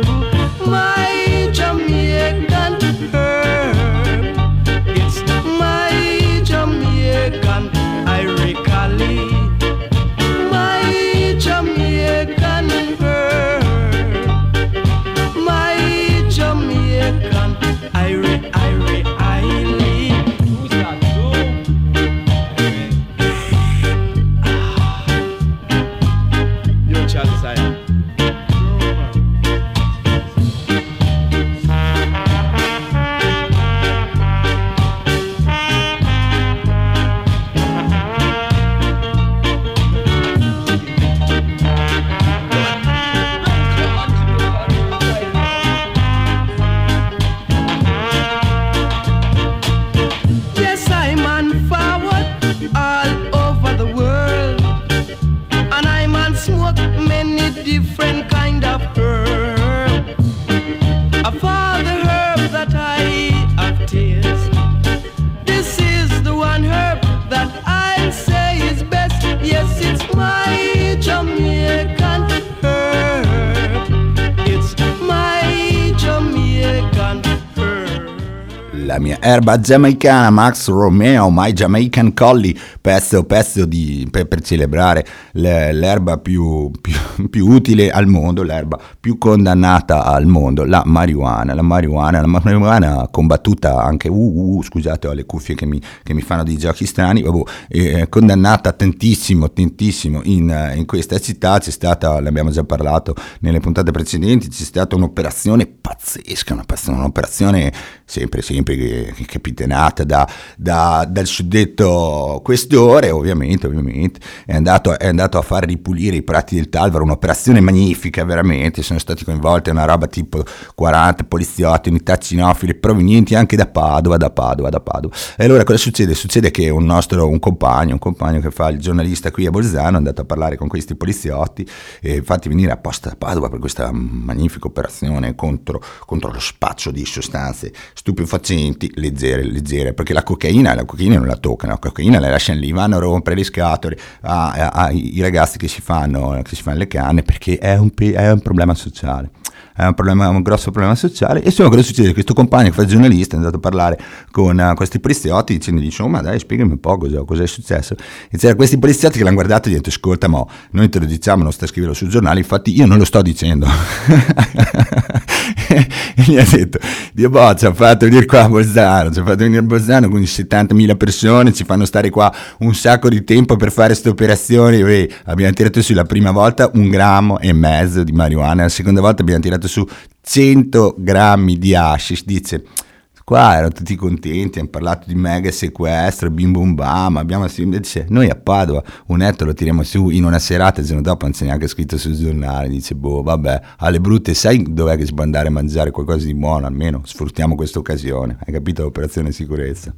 my Jamaican herb. It's my Jamaican Iricali. My Jamaican herb. My Jamaican Iri. Yo, Charles, I am. Yes, I'm on forward all over the world, and I'm on smoke many different kind of herb. For the herb that I have taste, this is the one herb that I'll say is best. Yes, it's my Jamaican herb. It's my Jamaican herb. La mia erba giamaicana, Max Romeo, My Jamaican Collie, pezzo per celebrare l'erba più utile al mondo, l'erba più condannata al mondo, la marijuana combattuta anche, scusate, ho le cuffie che mi fanno dei giochi strani, condannata tantissimo in questa città. C'è stata, ne abbiamo già parlato nelle puntate precedenti, c'è stata un'operazione pazzesca, un'operazione sempre capitanata dal suddetto questore, ovviamente è andato a far ripulire i prati del Talvaro, un'operazione magnifica, veramente. Sono stati coinvolti una roba tipo 40 poliziotti, unità cinofile provenienti anche da Padova. E allora cosa succede? Succede che un compagno che fa il giornalista qui a Bolzano è andato a parlare con questi poliziotti e fatti venire apposta da Padova per questa magnifica operazione contro lo spaccio di sostanze stupefacenti leggere, perché la cocaina non la toccano, la cocaina la lasciano lì, vanno a rompere le scatole ai ragazzi che si fanno le canne, perché è un problema sociale. È un grosso problema sociale. E insomma, cosa succede? Questo compagno che fa il giornalista è andato a parlare con questi poliziotti dicendogli, ma dai, spiegami un po' cos'è successo. E c'erano questi poliziotti che l'hanno guardato e gli hanno detto, ascolta, noi te lo diciamo, non sta a scriverlo sul giornale, infatti io non lo sto dicendo. E gli ha detto, Dio ci ha fatto venire qua a Bolzano con 70.000 persone, ci fanno stare qua un sacco di tempo per fare queste operazioni. Abbiamo tirato su la prima volta 1,5 grammi di marijuana, la seconda volta abbiamo tirato su 100 grammi di hashish. Dice, Qua erano tutti contenti, hanno parlato di mega sequestro, bim bum bam, dice, noi a Padova un etto lo tiriamo su in una serata, il giorno dopo non c'è neanche scritto sul giornale, dice vabbè, alle brutte, sai dov'è che si può andare a mangiare qualcosa di buono, almeno sfruttiamo questa occasione, hai capito l'operazione sicurezza?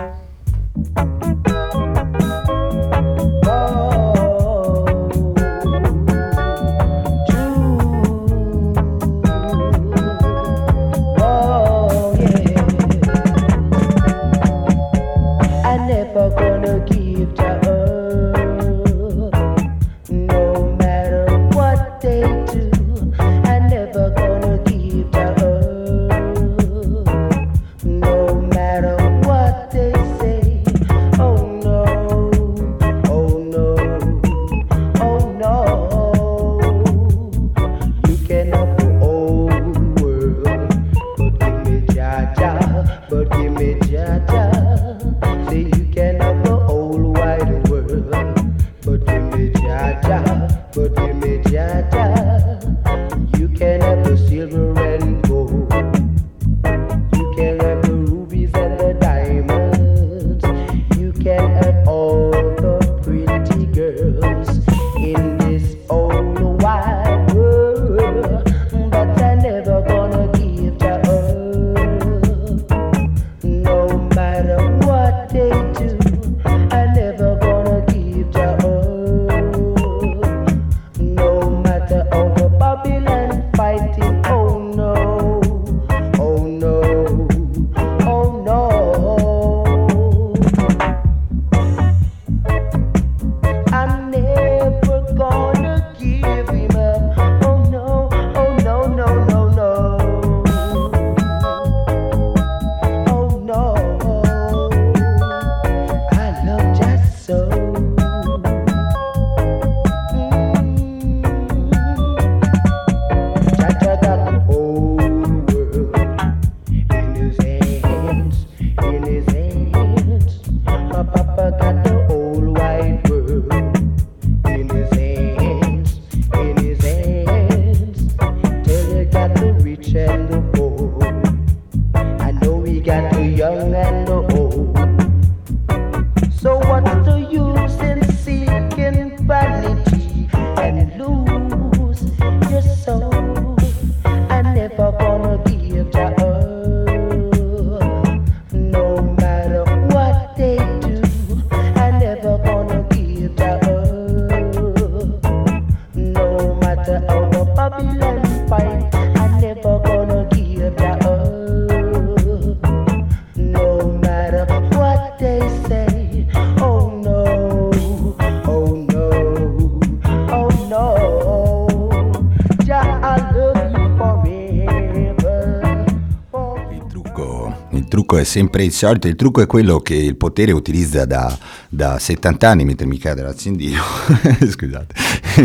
È sempre il solito, il trucco è quello che il potere utilizza da 70 anni, mentre mi cade l'accendino, scusate,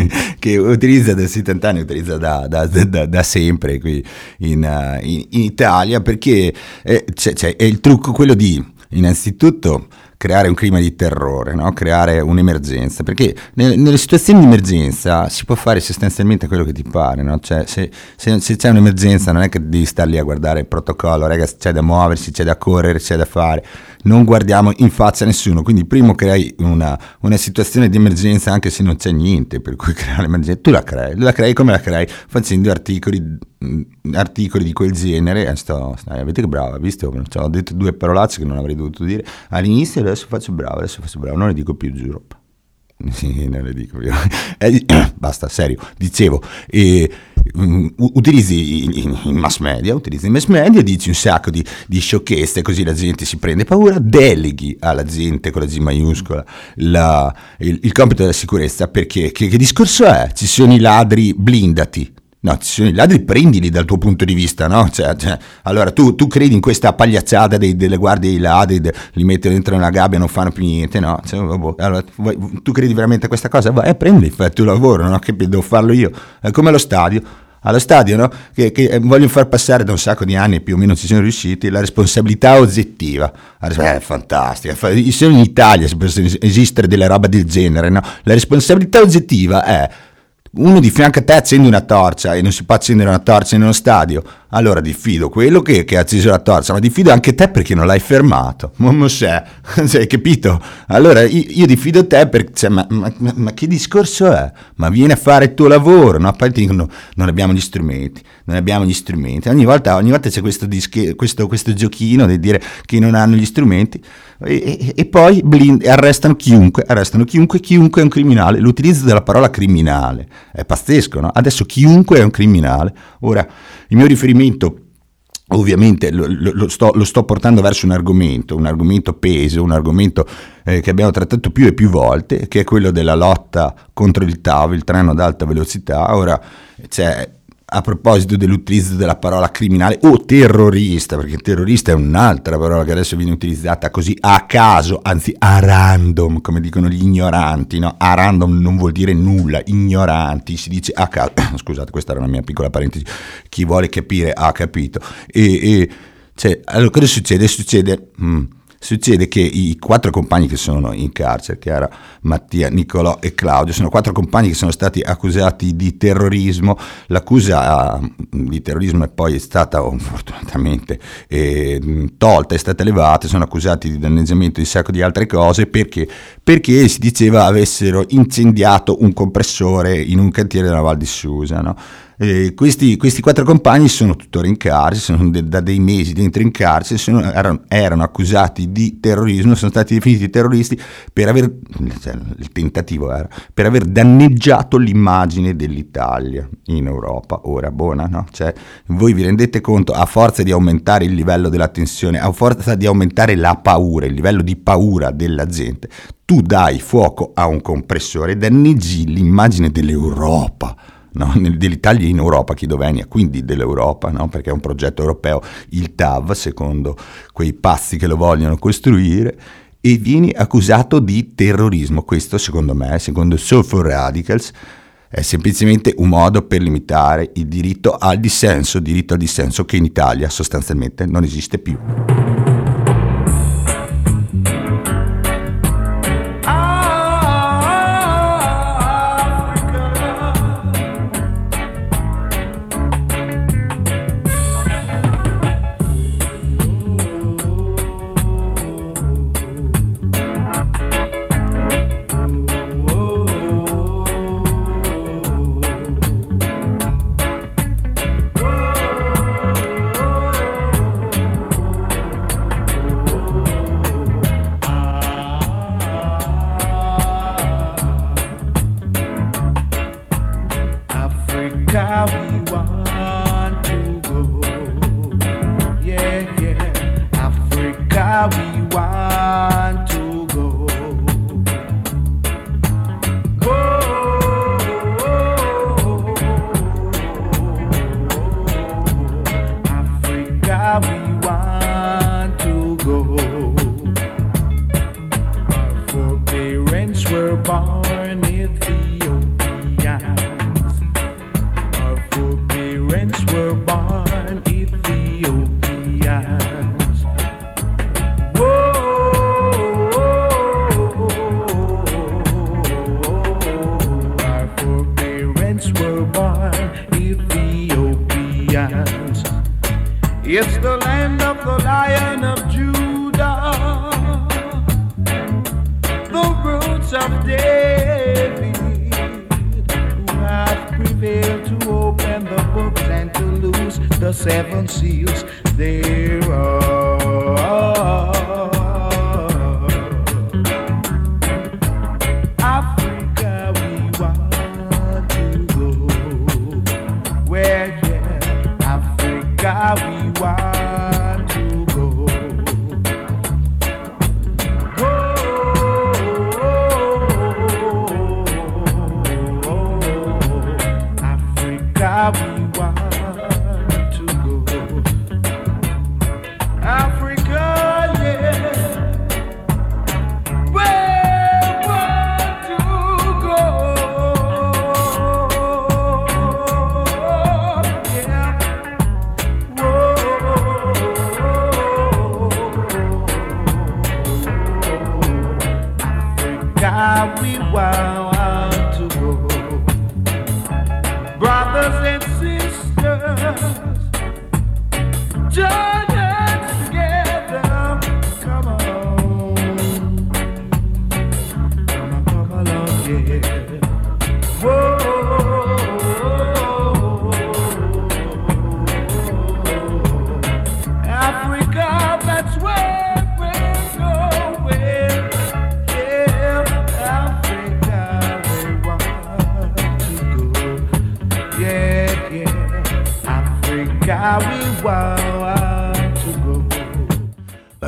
che utilizza da 70 anni, utilizza da sempre qui in Italia, perché è il trucco quello di innanzitutto creare un clima di terrore, no? Creare un'emergenza, perché nelle situazioni di emergenza si può fare sostanzialmente quello che ti pare, no? Cioè, se c'è un'emergenza non è che devi stare lì a guardare il protocollo, ragazzi, c'è da muoversi, c'è da correre, c'è da fare, non guardiamo in faccia a nessuno, quindi primo crei una situazione di emergenza anche se non c'è niente per cui creare l'emergenza, tu la crei come la crei? Facendo articoli di quel genere, avete che brava, visto? Cioè, ho detto 2 parolacce che non avrei dovuto dire all'inizio, adesso faccio bravo, non le dico più, giuro. Sì, non le dico più. Basta, serio, dicevo, utilizzi i mass media, dici un sacco di sciocchezze, così la gente si prende paura, deleghi alla gente con la G maiuscola il compito della sicurezza, perché che discorso è? Ci sono i ladri, blindati. No, ci sono i ladri, prendili dal tuo punto di vista, no? Cioè, allora tu credi in questa pagliacciata delle guardie dei ladri, li metti dentro una gabbia e non fanno più niente, no? Cioè, allora, tu credi veramente a questa cosa? Vai, prendi, fai il tuo lavoro, no? Che devo farlo io? È come allo stadio, no? Che vogliono far passare da un sacco di anni, più o meno ci sono riusciti, la responsabilità oggettiva. È fantastica, solo in Italia si può esistere delle roba del genere, no? La responsabilità oggettiva è: uno di fianco a te accende una torcia e non si può accendere una torcia in uno stadio, Allora diffido quello che ha acceso la torcia, ma diffido anche te perché non l'hai fermato. Hai capito? Allora io diffido te perché, cioè, ma che discorso è? Ma vieni a fare il tuo lavoro, no? Poi ti dicono non abbiamo gli strumenti. Ogni volta c'è questo giochino di dire che non hanno gli strumenti e poi arrestano chiunque è un criminale. L'utilizzo della parola criminale è pazzesco, no? Adesso chiunque è un criminale. Ora, il mio riferimento ovviamente lo sto portando verso un argomento peso, un argomento che abbiamo trattato più e più volte, che è quello della lotta contro il TAV, il treno ad alta velocità. Ora, a proposito dell'utilizzo della parola criminale o terrorista, perché terrorista è un'altra parola che adesso viene utilizzata così a caso, anzi a random, come dicono gli ignoranti, no? A random non vuol dire nulla, ignoranti, si dice a caso. Scusate, questa era una mia piccola parentesi, chi vuole capire ha capito. Allora cosa succede? Succede che i 4 compagni che sono in carcere, Chiara, Mattia, Nicolò e Claudio, sono 4 compagni che sono stati accusati di terrorismo. L'accusa di terrorismo è poi stata fortunatamente tolta, è stata elevata. Sono accusati di danneggiamento di un sacco di altre cose perché si diceva avessero incendiato un compressore in un cantiere della Val di Susa, no? Questi 4 compagni sono tuttora in carcere, sono da dei mesi dentro in carcere, erano accusati di terrorismo, sono stati definiti terroristi per aver, il tentativo era, per aver danneggiato l'immagine dell'Italia in Europa. Ora, buona, no? Cioè, voi vi rendete conto, a forza di aumentare il livello della tensione, a forza di aumentare la paura, il livello di paura della gente, tu dai fuoco a un compressore e danneggi l'immagine dell'Europa. No, dell'Italia in Europa, Chidovenia, quindi dell'Europa, no? Perché è un progetto europeo, il TAV, secondo quei pazzi che lo vogliono costruire, e vieni accusato di terrorismo. Questo, secondo me, secondo Soulful Radicals, è semplicemente un modo per limitare il diritto al dissenso che in Italia sostanzialmente non esiste più. It's the land of the Lion of Judah, the roots of David, who have prevailed to open the books and to loose the 7 seals thereof. Africa, we want to go. Where, yeah, Africa, we want to go. Africa, we want to go.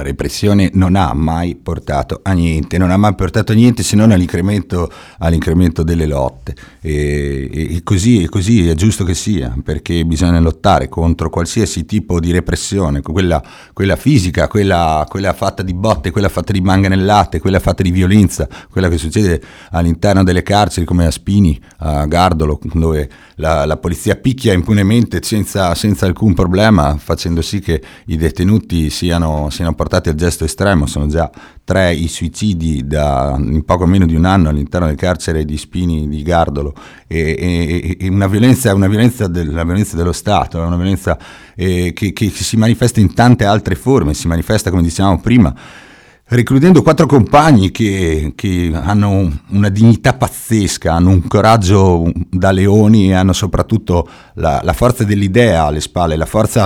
repressione non ha mai portato a niente, se non all'incremento delle lotte, e così è giusto che sia, perché bisogna lottare contro qualsiasi tipo di repressione, quella fisica, quella fatta di botte, quella fatta di manganellate, quella fatta di violenza, quella che succede all'interno delle carceri come a Spini, a Gardolo, dove la polizia picchia impunemente senza alcun problema, facendo sì che i detenuti siano portati al gesto estremo. Sono già 3 i suicidi in poco meno di un anno all'interno del carcere di Spini di Gardolo, e una violenza dello Stato, è una violenza che si manifesta in tante altre forme, si manifesta, come dicevamo prima, recludendo 4 compagni che hanno una dignità pazzesca, hanno un coraggio da leoni e hanno soprattutto la forza dell'idea alle spalle, la forza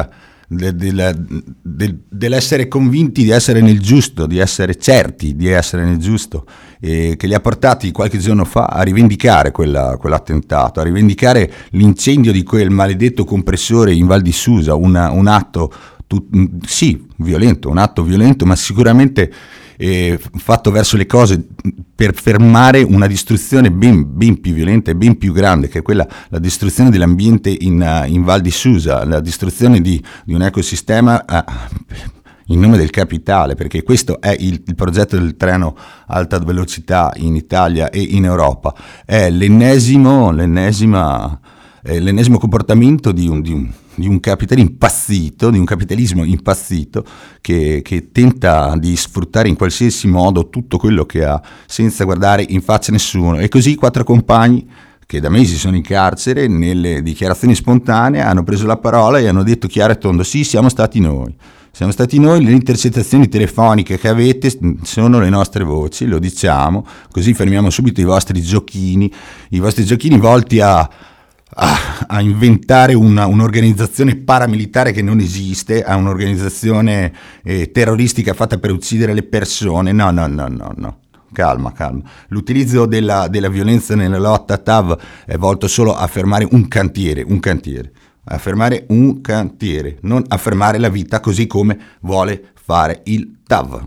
dell'essere convinti di essere nel giusto, di essere certi di essere nel giusto, che li ha portati qualche giorno fa a rivendicare quell'attentato, a rivendicare l'incendio di quel maledetto compressore in Val di Susa, un atto violento, un atto violento, ma sicuramente fatto verso le cose per fermare una distruzione ben più violenta e ben più grande, che è la distruzione dell'ambiente in Val di Susa, la distruzione di un ecosistema in nome del capitale, perché questo è il progetto del treno alta velocità in Italia e in Europa. È l'ennesimo comportamento di un capitalismo impazzito che tenta di sfruttare in qualsiasi modo tutto quello che ha, senza guardare in faccia nessuno. E così 4 compagni che da mesi sono in carcere, nelle dichiarazioni spontanee hanno preso la parola e hanno detto chiaro e tondo: sì, siamo stati noi, le intercettazioni telefoniche che avete sono le nostre voci, lo diciamo, così fermiamo subito i vostri giochini volti a inventare un'organizzazione paramilitare che non esiste, a un'organizzazione terroristica fatta per uccidere le persone. No. Calma. L'utilizzo della violenza nella lotta TAV è volto solo a fermare un cantiere, a fermare un cantiere, non a fermare la vita, così come vuole fare il TAV.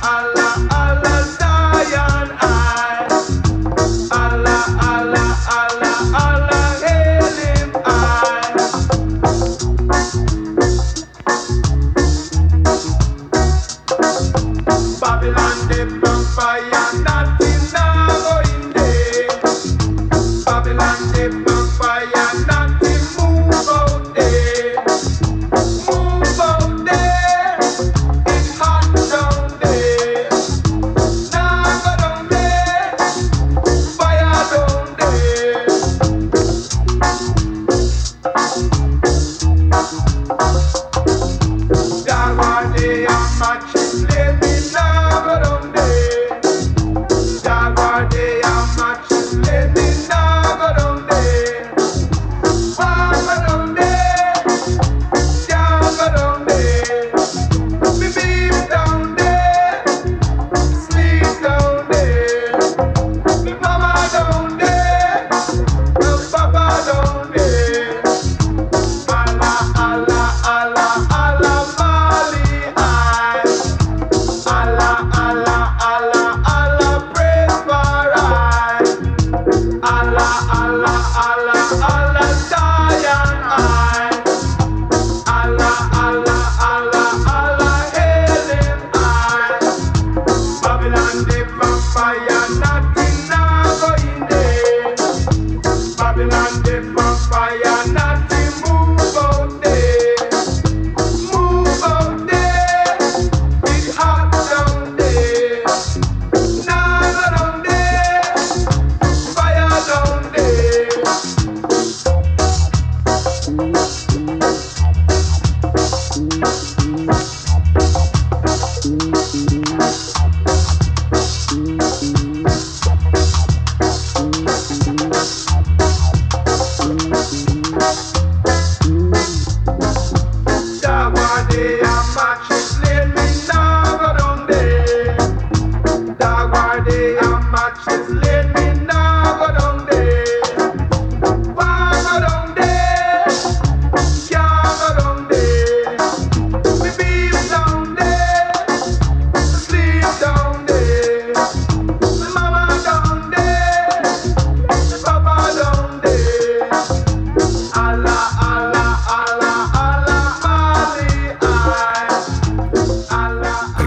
Allah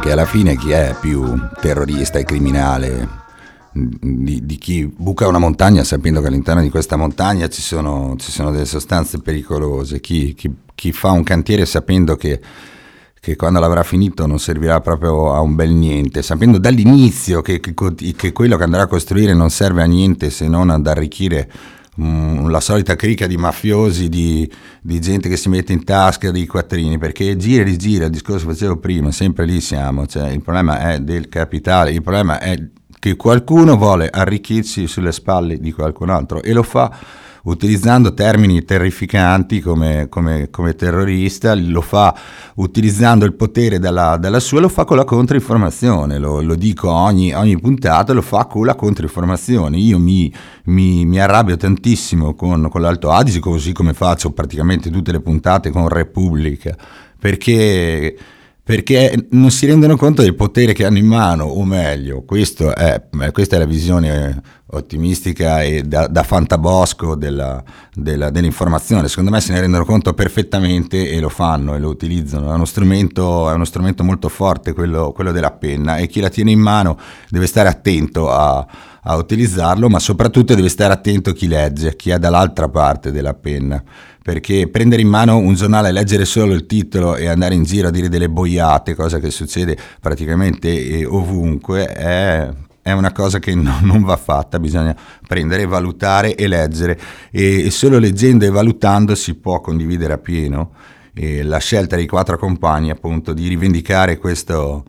perché alla fine chi è più terrorista e criminale di chi buca una montagna sapendo che all'interno di questa montagna ci sono delle sostanze pericolose, chi fa un cantiere sapendo che quando l'avrà finito non servirà proprio a un bel niente, sapendo dall'inizio che quello che andrà a costruire non serve a niente se non ad arricchire la solita cricca di mafiosi, di gente che si mette in tasca dei quattrini, perché gira e rigira il discorso che facevo prima, sempre lì siamo, cioè il problema è del capitale, il problema è che qualcuno vuole arricchirsi sulle spalle di qualcun altro e lo fa utilizzando termini terrificanti come terrorista, lo fa utilizzando il potere dalla sua, lo fa con la controinformazione, lo dico ogni puntata, lo fa con la controinformazione. Io mi arrabbio tantissimo con l'Alto Adige, così come faccio praticamente tutte le puntate con Repubblica, perché non si rendono conto del potere che hanno in mano, o meglio, questa è la visione ottimistica e da fantabosco dell'informazione. Secondo me se ne rendono conto perfettamente e lo fanno e lo utilizzano. È uno strumento molto forte quello della penna, e chi la tiene in mano deve stare attento a utilizzarlo, ma soprattutto deve stare attento chi legge, chi è dall'altra parte della penna, perché prendere in mano un giornale, leggere solo il titolo e andare in giro a dire delle boiate, cosa che succede praticamente ovunque, è una cosa che non va fatta. Bisogna prendere, valutare e leggere, e solo leggendo e valutando si può condividere appieno la scelta dei 4 compagni, appunto, di rivendicare questo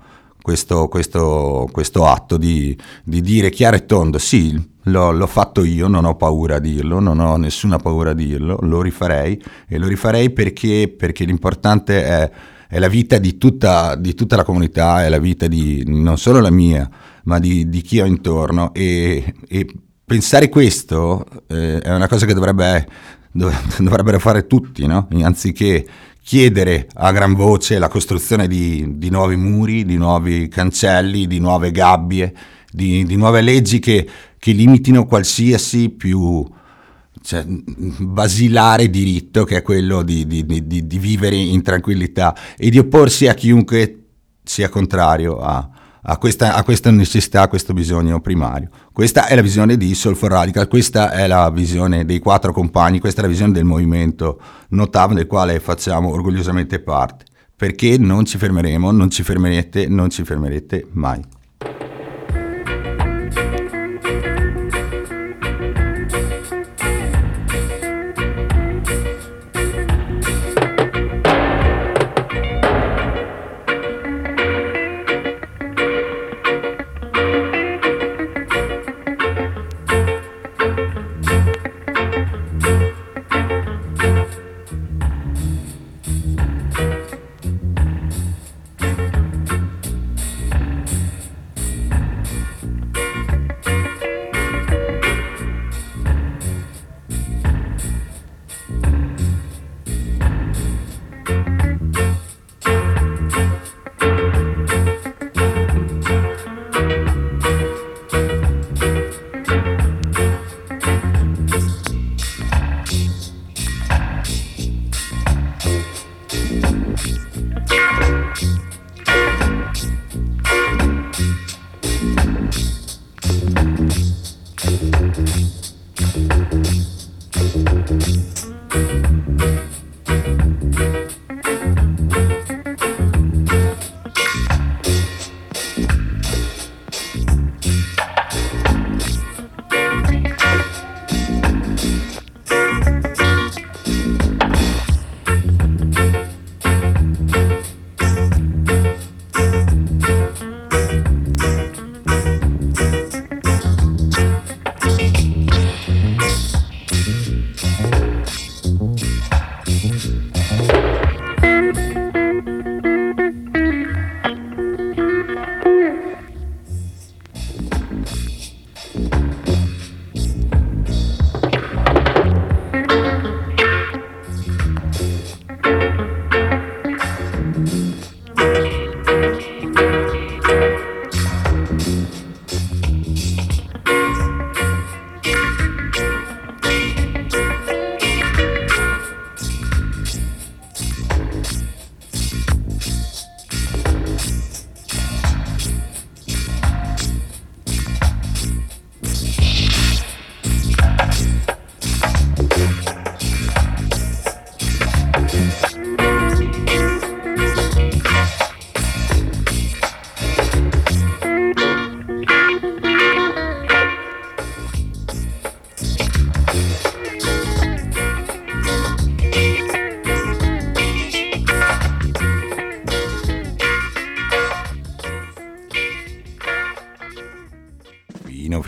atto di dire chiaro e tondo: sì, l'ho fatto io, non ho paura a dirlo, non ho nessuna paura a dirlo, lo rifarei, e lo rifarei perché l'importante è la vita di tutta la comunità, è la vita di non solo la mia, ma di chi ho intorno, e pensare questo è una cosa che dovrebbero fare tutti, no? Anziché chiedere a gran voce la costruzione di nuovi muri, di nuovi cancelli, di nuove gabbie, di nuove leggi che limitino qualsiasi più basilare diritto, che è quello di vivere in tranquillità, e di opporsi a chiunque sia contrario a questa necessità, a questo bisogno primario. Questa è la visione di Soulful Radical, questa è la visione dei 4 compagni, questa è la visione del movimento Notav, del quale facciamo orgogliosamente parte, perché non ci fermeremo, non ci fermerete mai.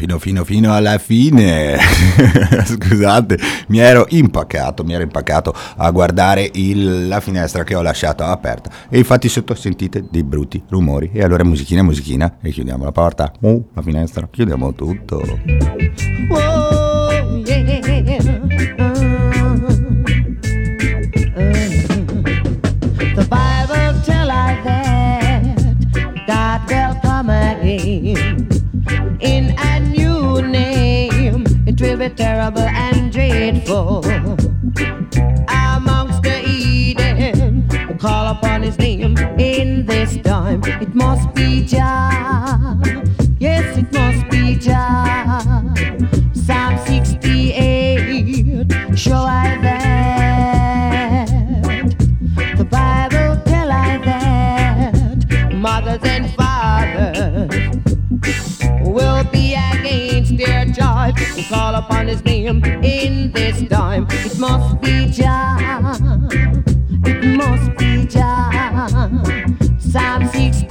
fino alla fine. Scusate, mi ero impaccato a guardare la finestra che ho lasciato aperta e infatti sotto sentite dei brutti rumori e allora musichina e chiudiamo la porta, la finestra, chiudiamo tutto. Whoa, yeah. The Bible tell us that God will come again in a new name. It will be terrible and dreadful. Amongst the Eden, call upon His name in this time. It must be Jah. Yes, it must be Jah. Psalm 68, show I that. The Bible tell I that mothers and fathers will be against their child to call upon His name in this time. It must be Jah. It must be Jah. Psalm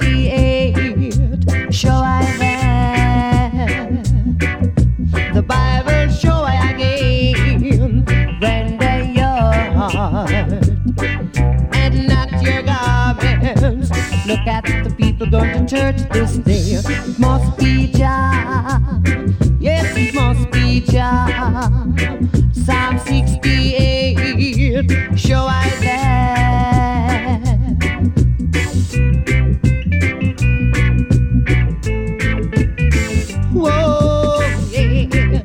68, show I that. The Bible show I again, render your heart and not your garments. Look at the people going to church this day. It must be Jah. Yes, it must be Jah. Psalm 68, show I that. Whoa, yeah.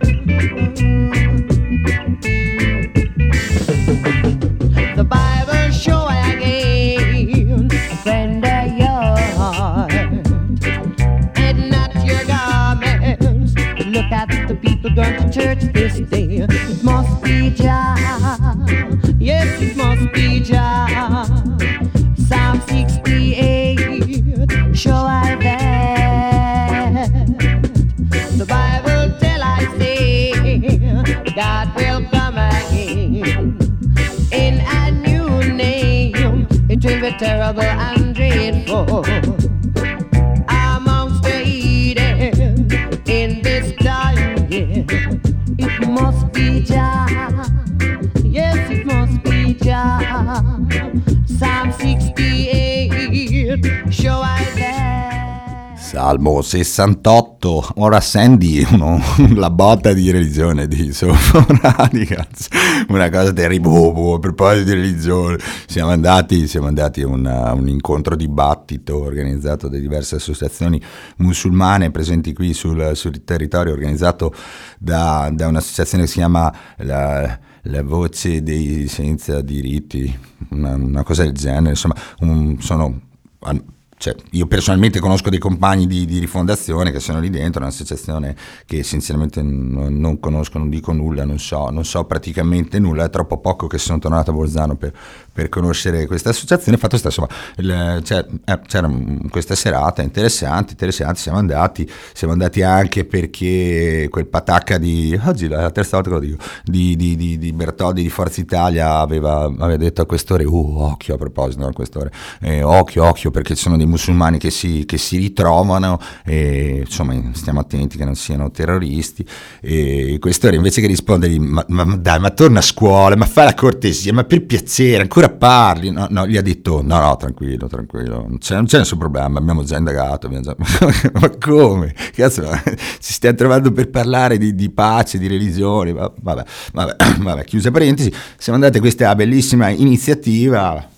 The Bible show again, render your heart and not your garments. Look at the people going to church this day. It must be Jah. Yes, it must be Jah. Psalm 68, show I that. The Bible tell I say, God will come again in a new name. It will be terrible and dreadful amongst the Eden in this time, yeah. It must be Jah. Yes, it must be Jah. Psalm 68, show I that. Salmo 68, ora Sandy, la botta di religione di Soulful Radicals, una cosa terribile. A proposito di religione, siamo andati a un incontro dibattito organizzato da diverse associazioni musulmane presenti qui sul territorio, organizzato da un'associazione che si chiama la voce dei senza diritti, una cosa del genere, insomma, io personalmente conosco dei compagni di Rifondazione che sono lì dentro, un'associazione che sinceramente non conosco, non dico nulla, non so praticamente nulla, è troppo poco che sono tornato a Bolzano per conoscere questa associazione. Fatto sta, insomma, c'era questa serata interessante, siamo andati anche perché quel patacca oggi la terza volta che lo dico, di Bertoldi di Forza Italia aveva detto a quest'ore, occhio, a proposito, no, a quest'ore, occhio perché ci sono dei musulmani che si ritrovano e insomma stiamo attenti che non siano terroristi. E quest'ora invece che rispondergli ma torna a scuola, ma fai la cortesia, ma per piacere ancora parli, no, gli ha detto no, tranquillo, non c'è nessun problema, abbiamo già indagato, ma come? Cazzo, ci stiamo trovando per parlare di pace, di religione, vabbè, chiusa parentesi. Siamo andati a questa bellissima iniziativa,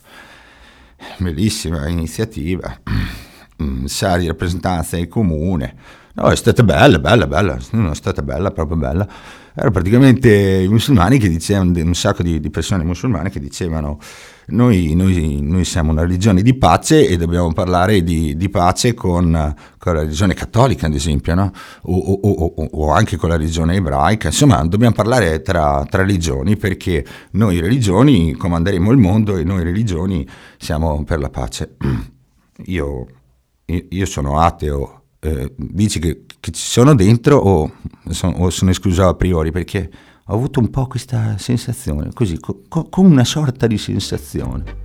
sala di rappresentanza del comune. No, è stata bella, no, è stata bella, proprio bella. Erano praticamente i musulmani che dicevano, un sacco di persone musulmane che dicevano noi siamo una religione di pace e dobbiamo parlare di pace con la religione cattolica, ad esempio, no? O anche con la religione ebraica. Insomma, dobbiamo parlare tra religioni, perché noi religioni comanderemo il mondo e noi religioni siamo per la pace. Io sono ateo. Dici che ci sono dentro o sono escluso a priori, perché ho avuto un po' questa sensazione, così, con una sorta di sensazione.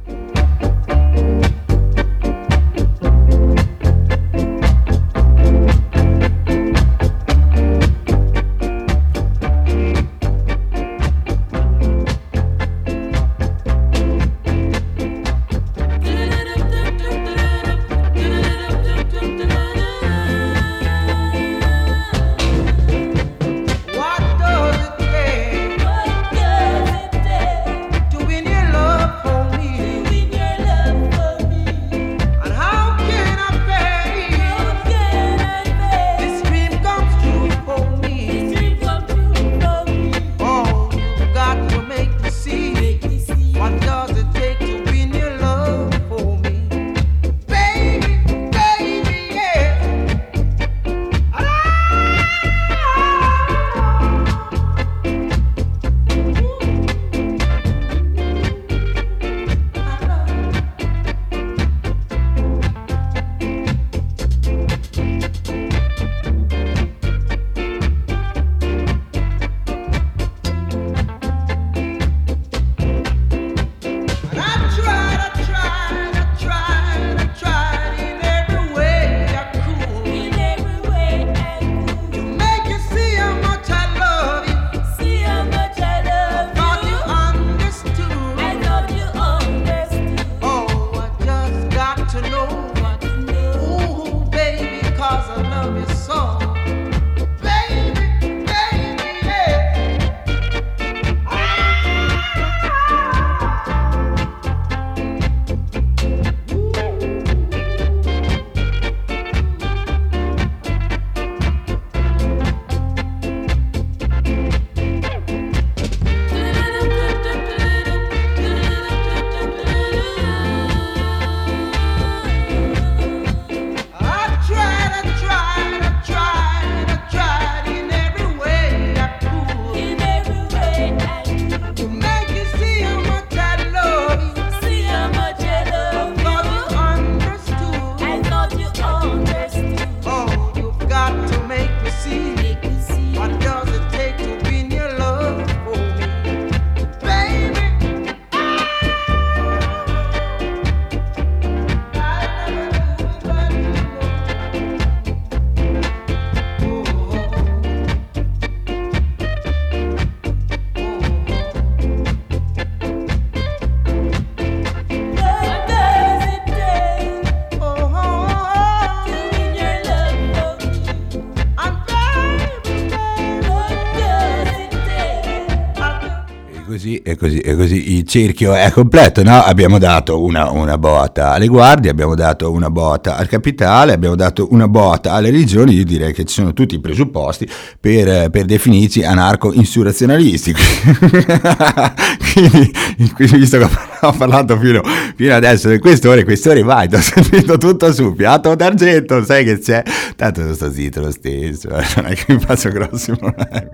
il cerchio è completo, no? Abbiamo dato una botta alle guardie, abbiamo dato una botta al capitale, abbiamo dato una botta alle religioni. Io direi che ci sono tutti i presupposti per definirci anarco-insurrezionalisti. quindi visto che ho parlato fino adesso del questore vai, ti ho sentito tutto su piatto d'argento, sai che c'è, tanto non sto zitto lo stesso, non è che mi faccio grossi problemi.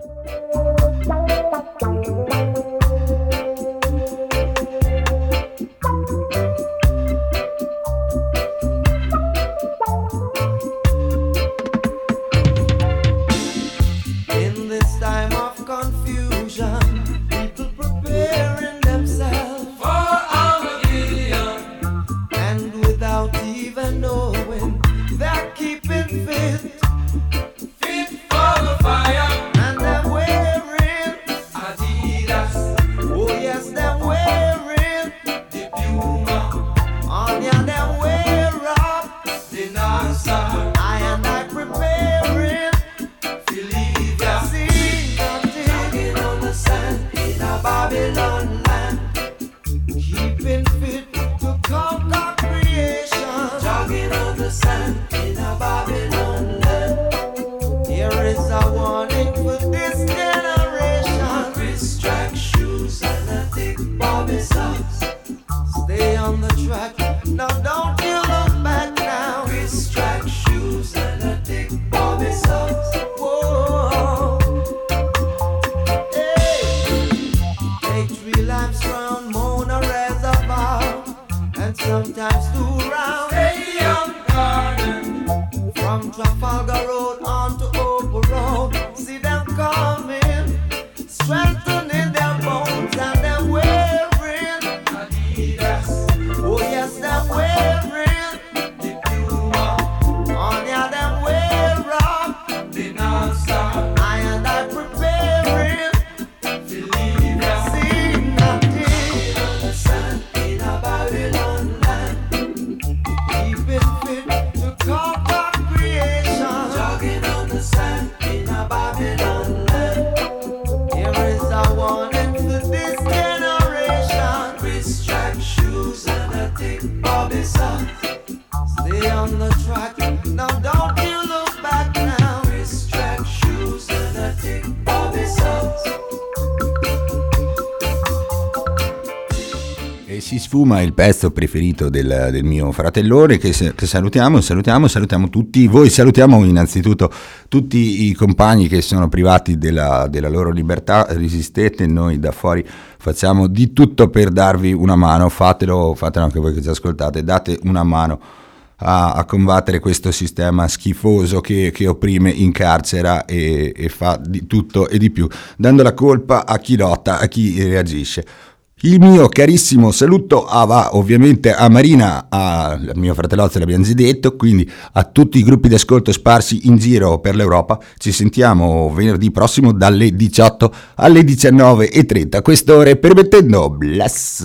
Si sfuma il pezzo preferito del mio fratellone che salutiamo tutti voi, salutiamo innanzitutto tutti i compagni che sono privati della loro libertà, resistete, noi da fuori facciamo di tutto per darvi una mano, fatelo anche voi che ci ascoltate, date una mano a combattere questo sistema schifoso che opprime, incarcera e fa di tutto e di più, dando la colpa a chi lotta, a chi reagisce. Il mio carissimo saluto va ovviamente a Marina, al mio fratellozzo, l'abbiamo già detto, quindi a tutti i gruppi di ascolto sparsi in giro per l'Europa. Ci sentiamo venerdì prossimo dalle 18 alle 19:30, quest'ore permettendo. Bless!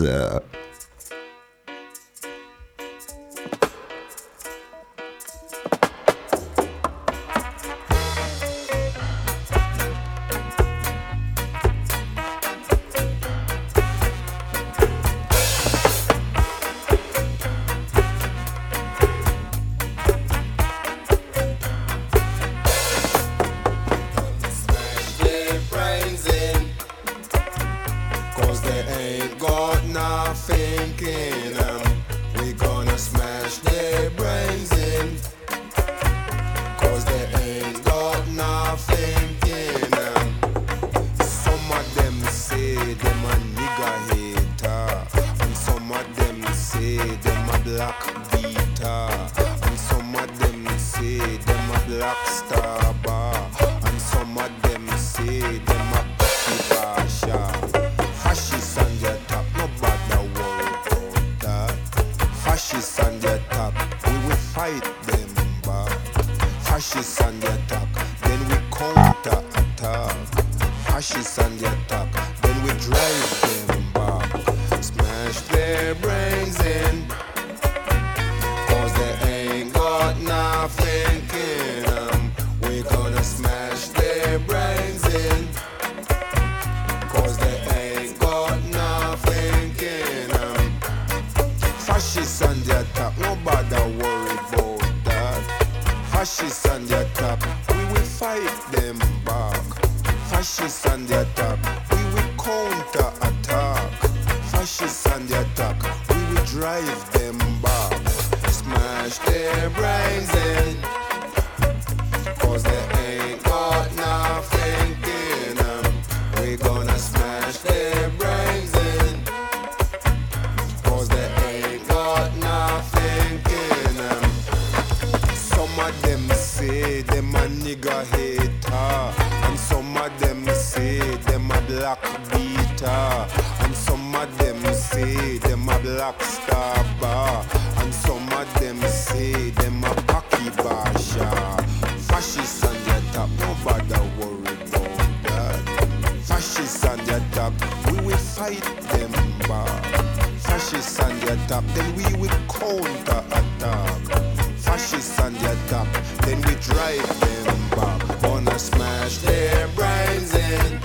Smash their brains in, 'cause they ain't got nothing. Fascists on the attack, we will fight them back. Fascists on the attack, we will counter attack. Fascists on the attack, we will drive them back. Smash their brains in, cause they ain't got nothing in them. We gonna smash their brains in, cause they ain't got nothing in them. Some of them say them a nigga hater, and some of them say them a black beater, and some of them say them a black star bar, and some of them say them a Paki Basha. Fascists on the attack, nobody worry about that. Fascists on the attack, we will fight them back. Fascists on the attack, then we will counter attack. Fascists on the attack, then we drive them back. Gonna smash their brains in,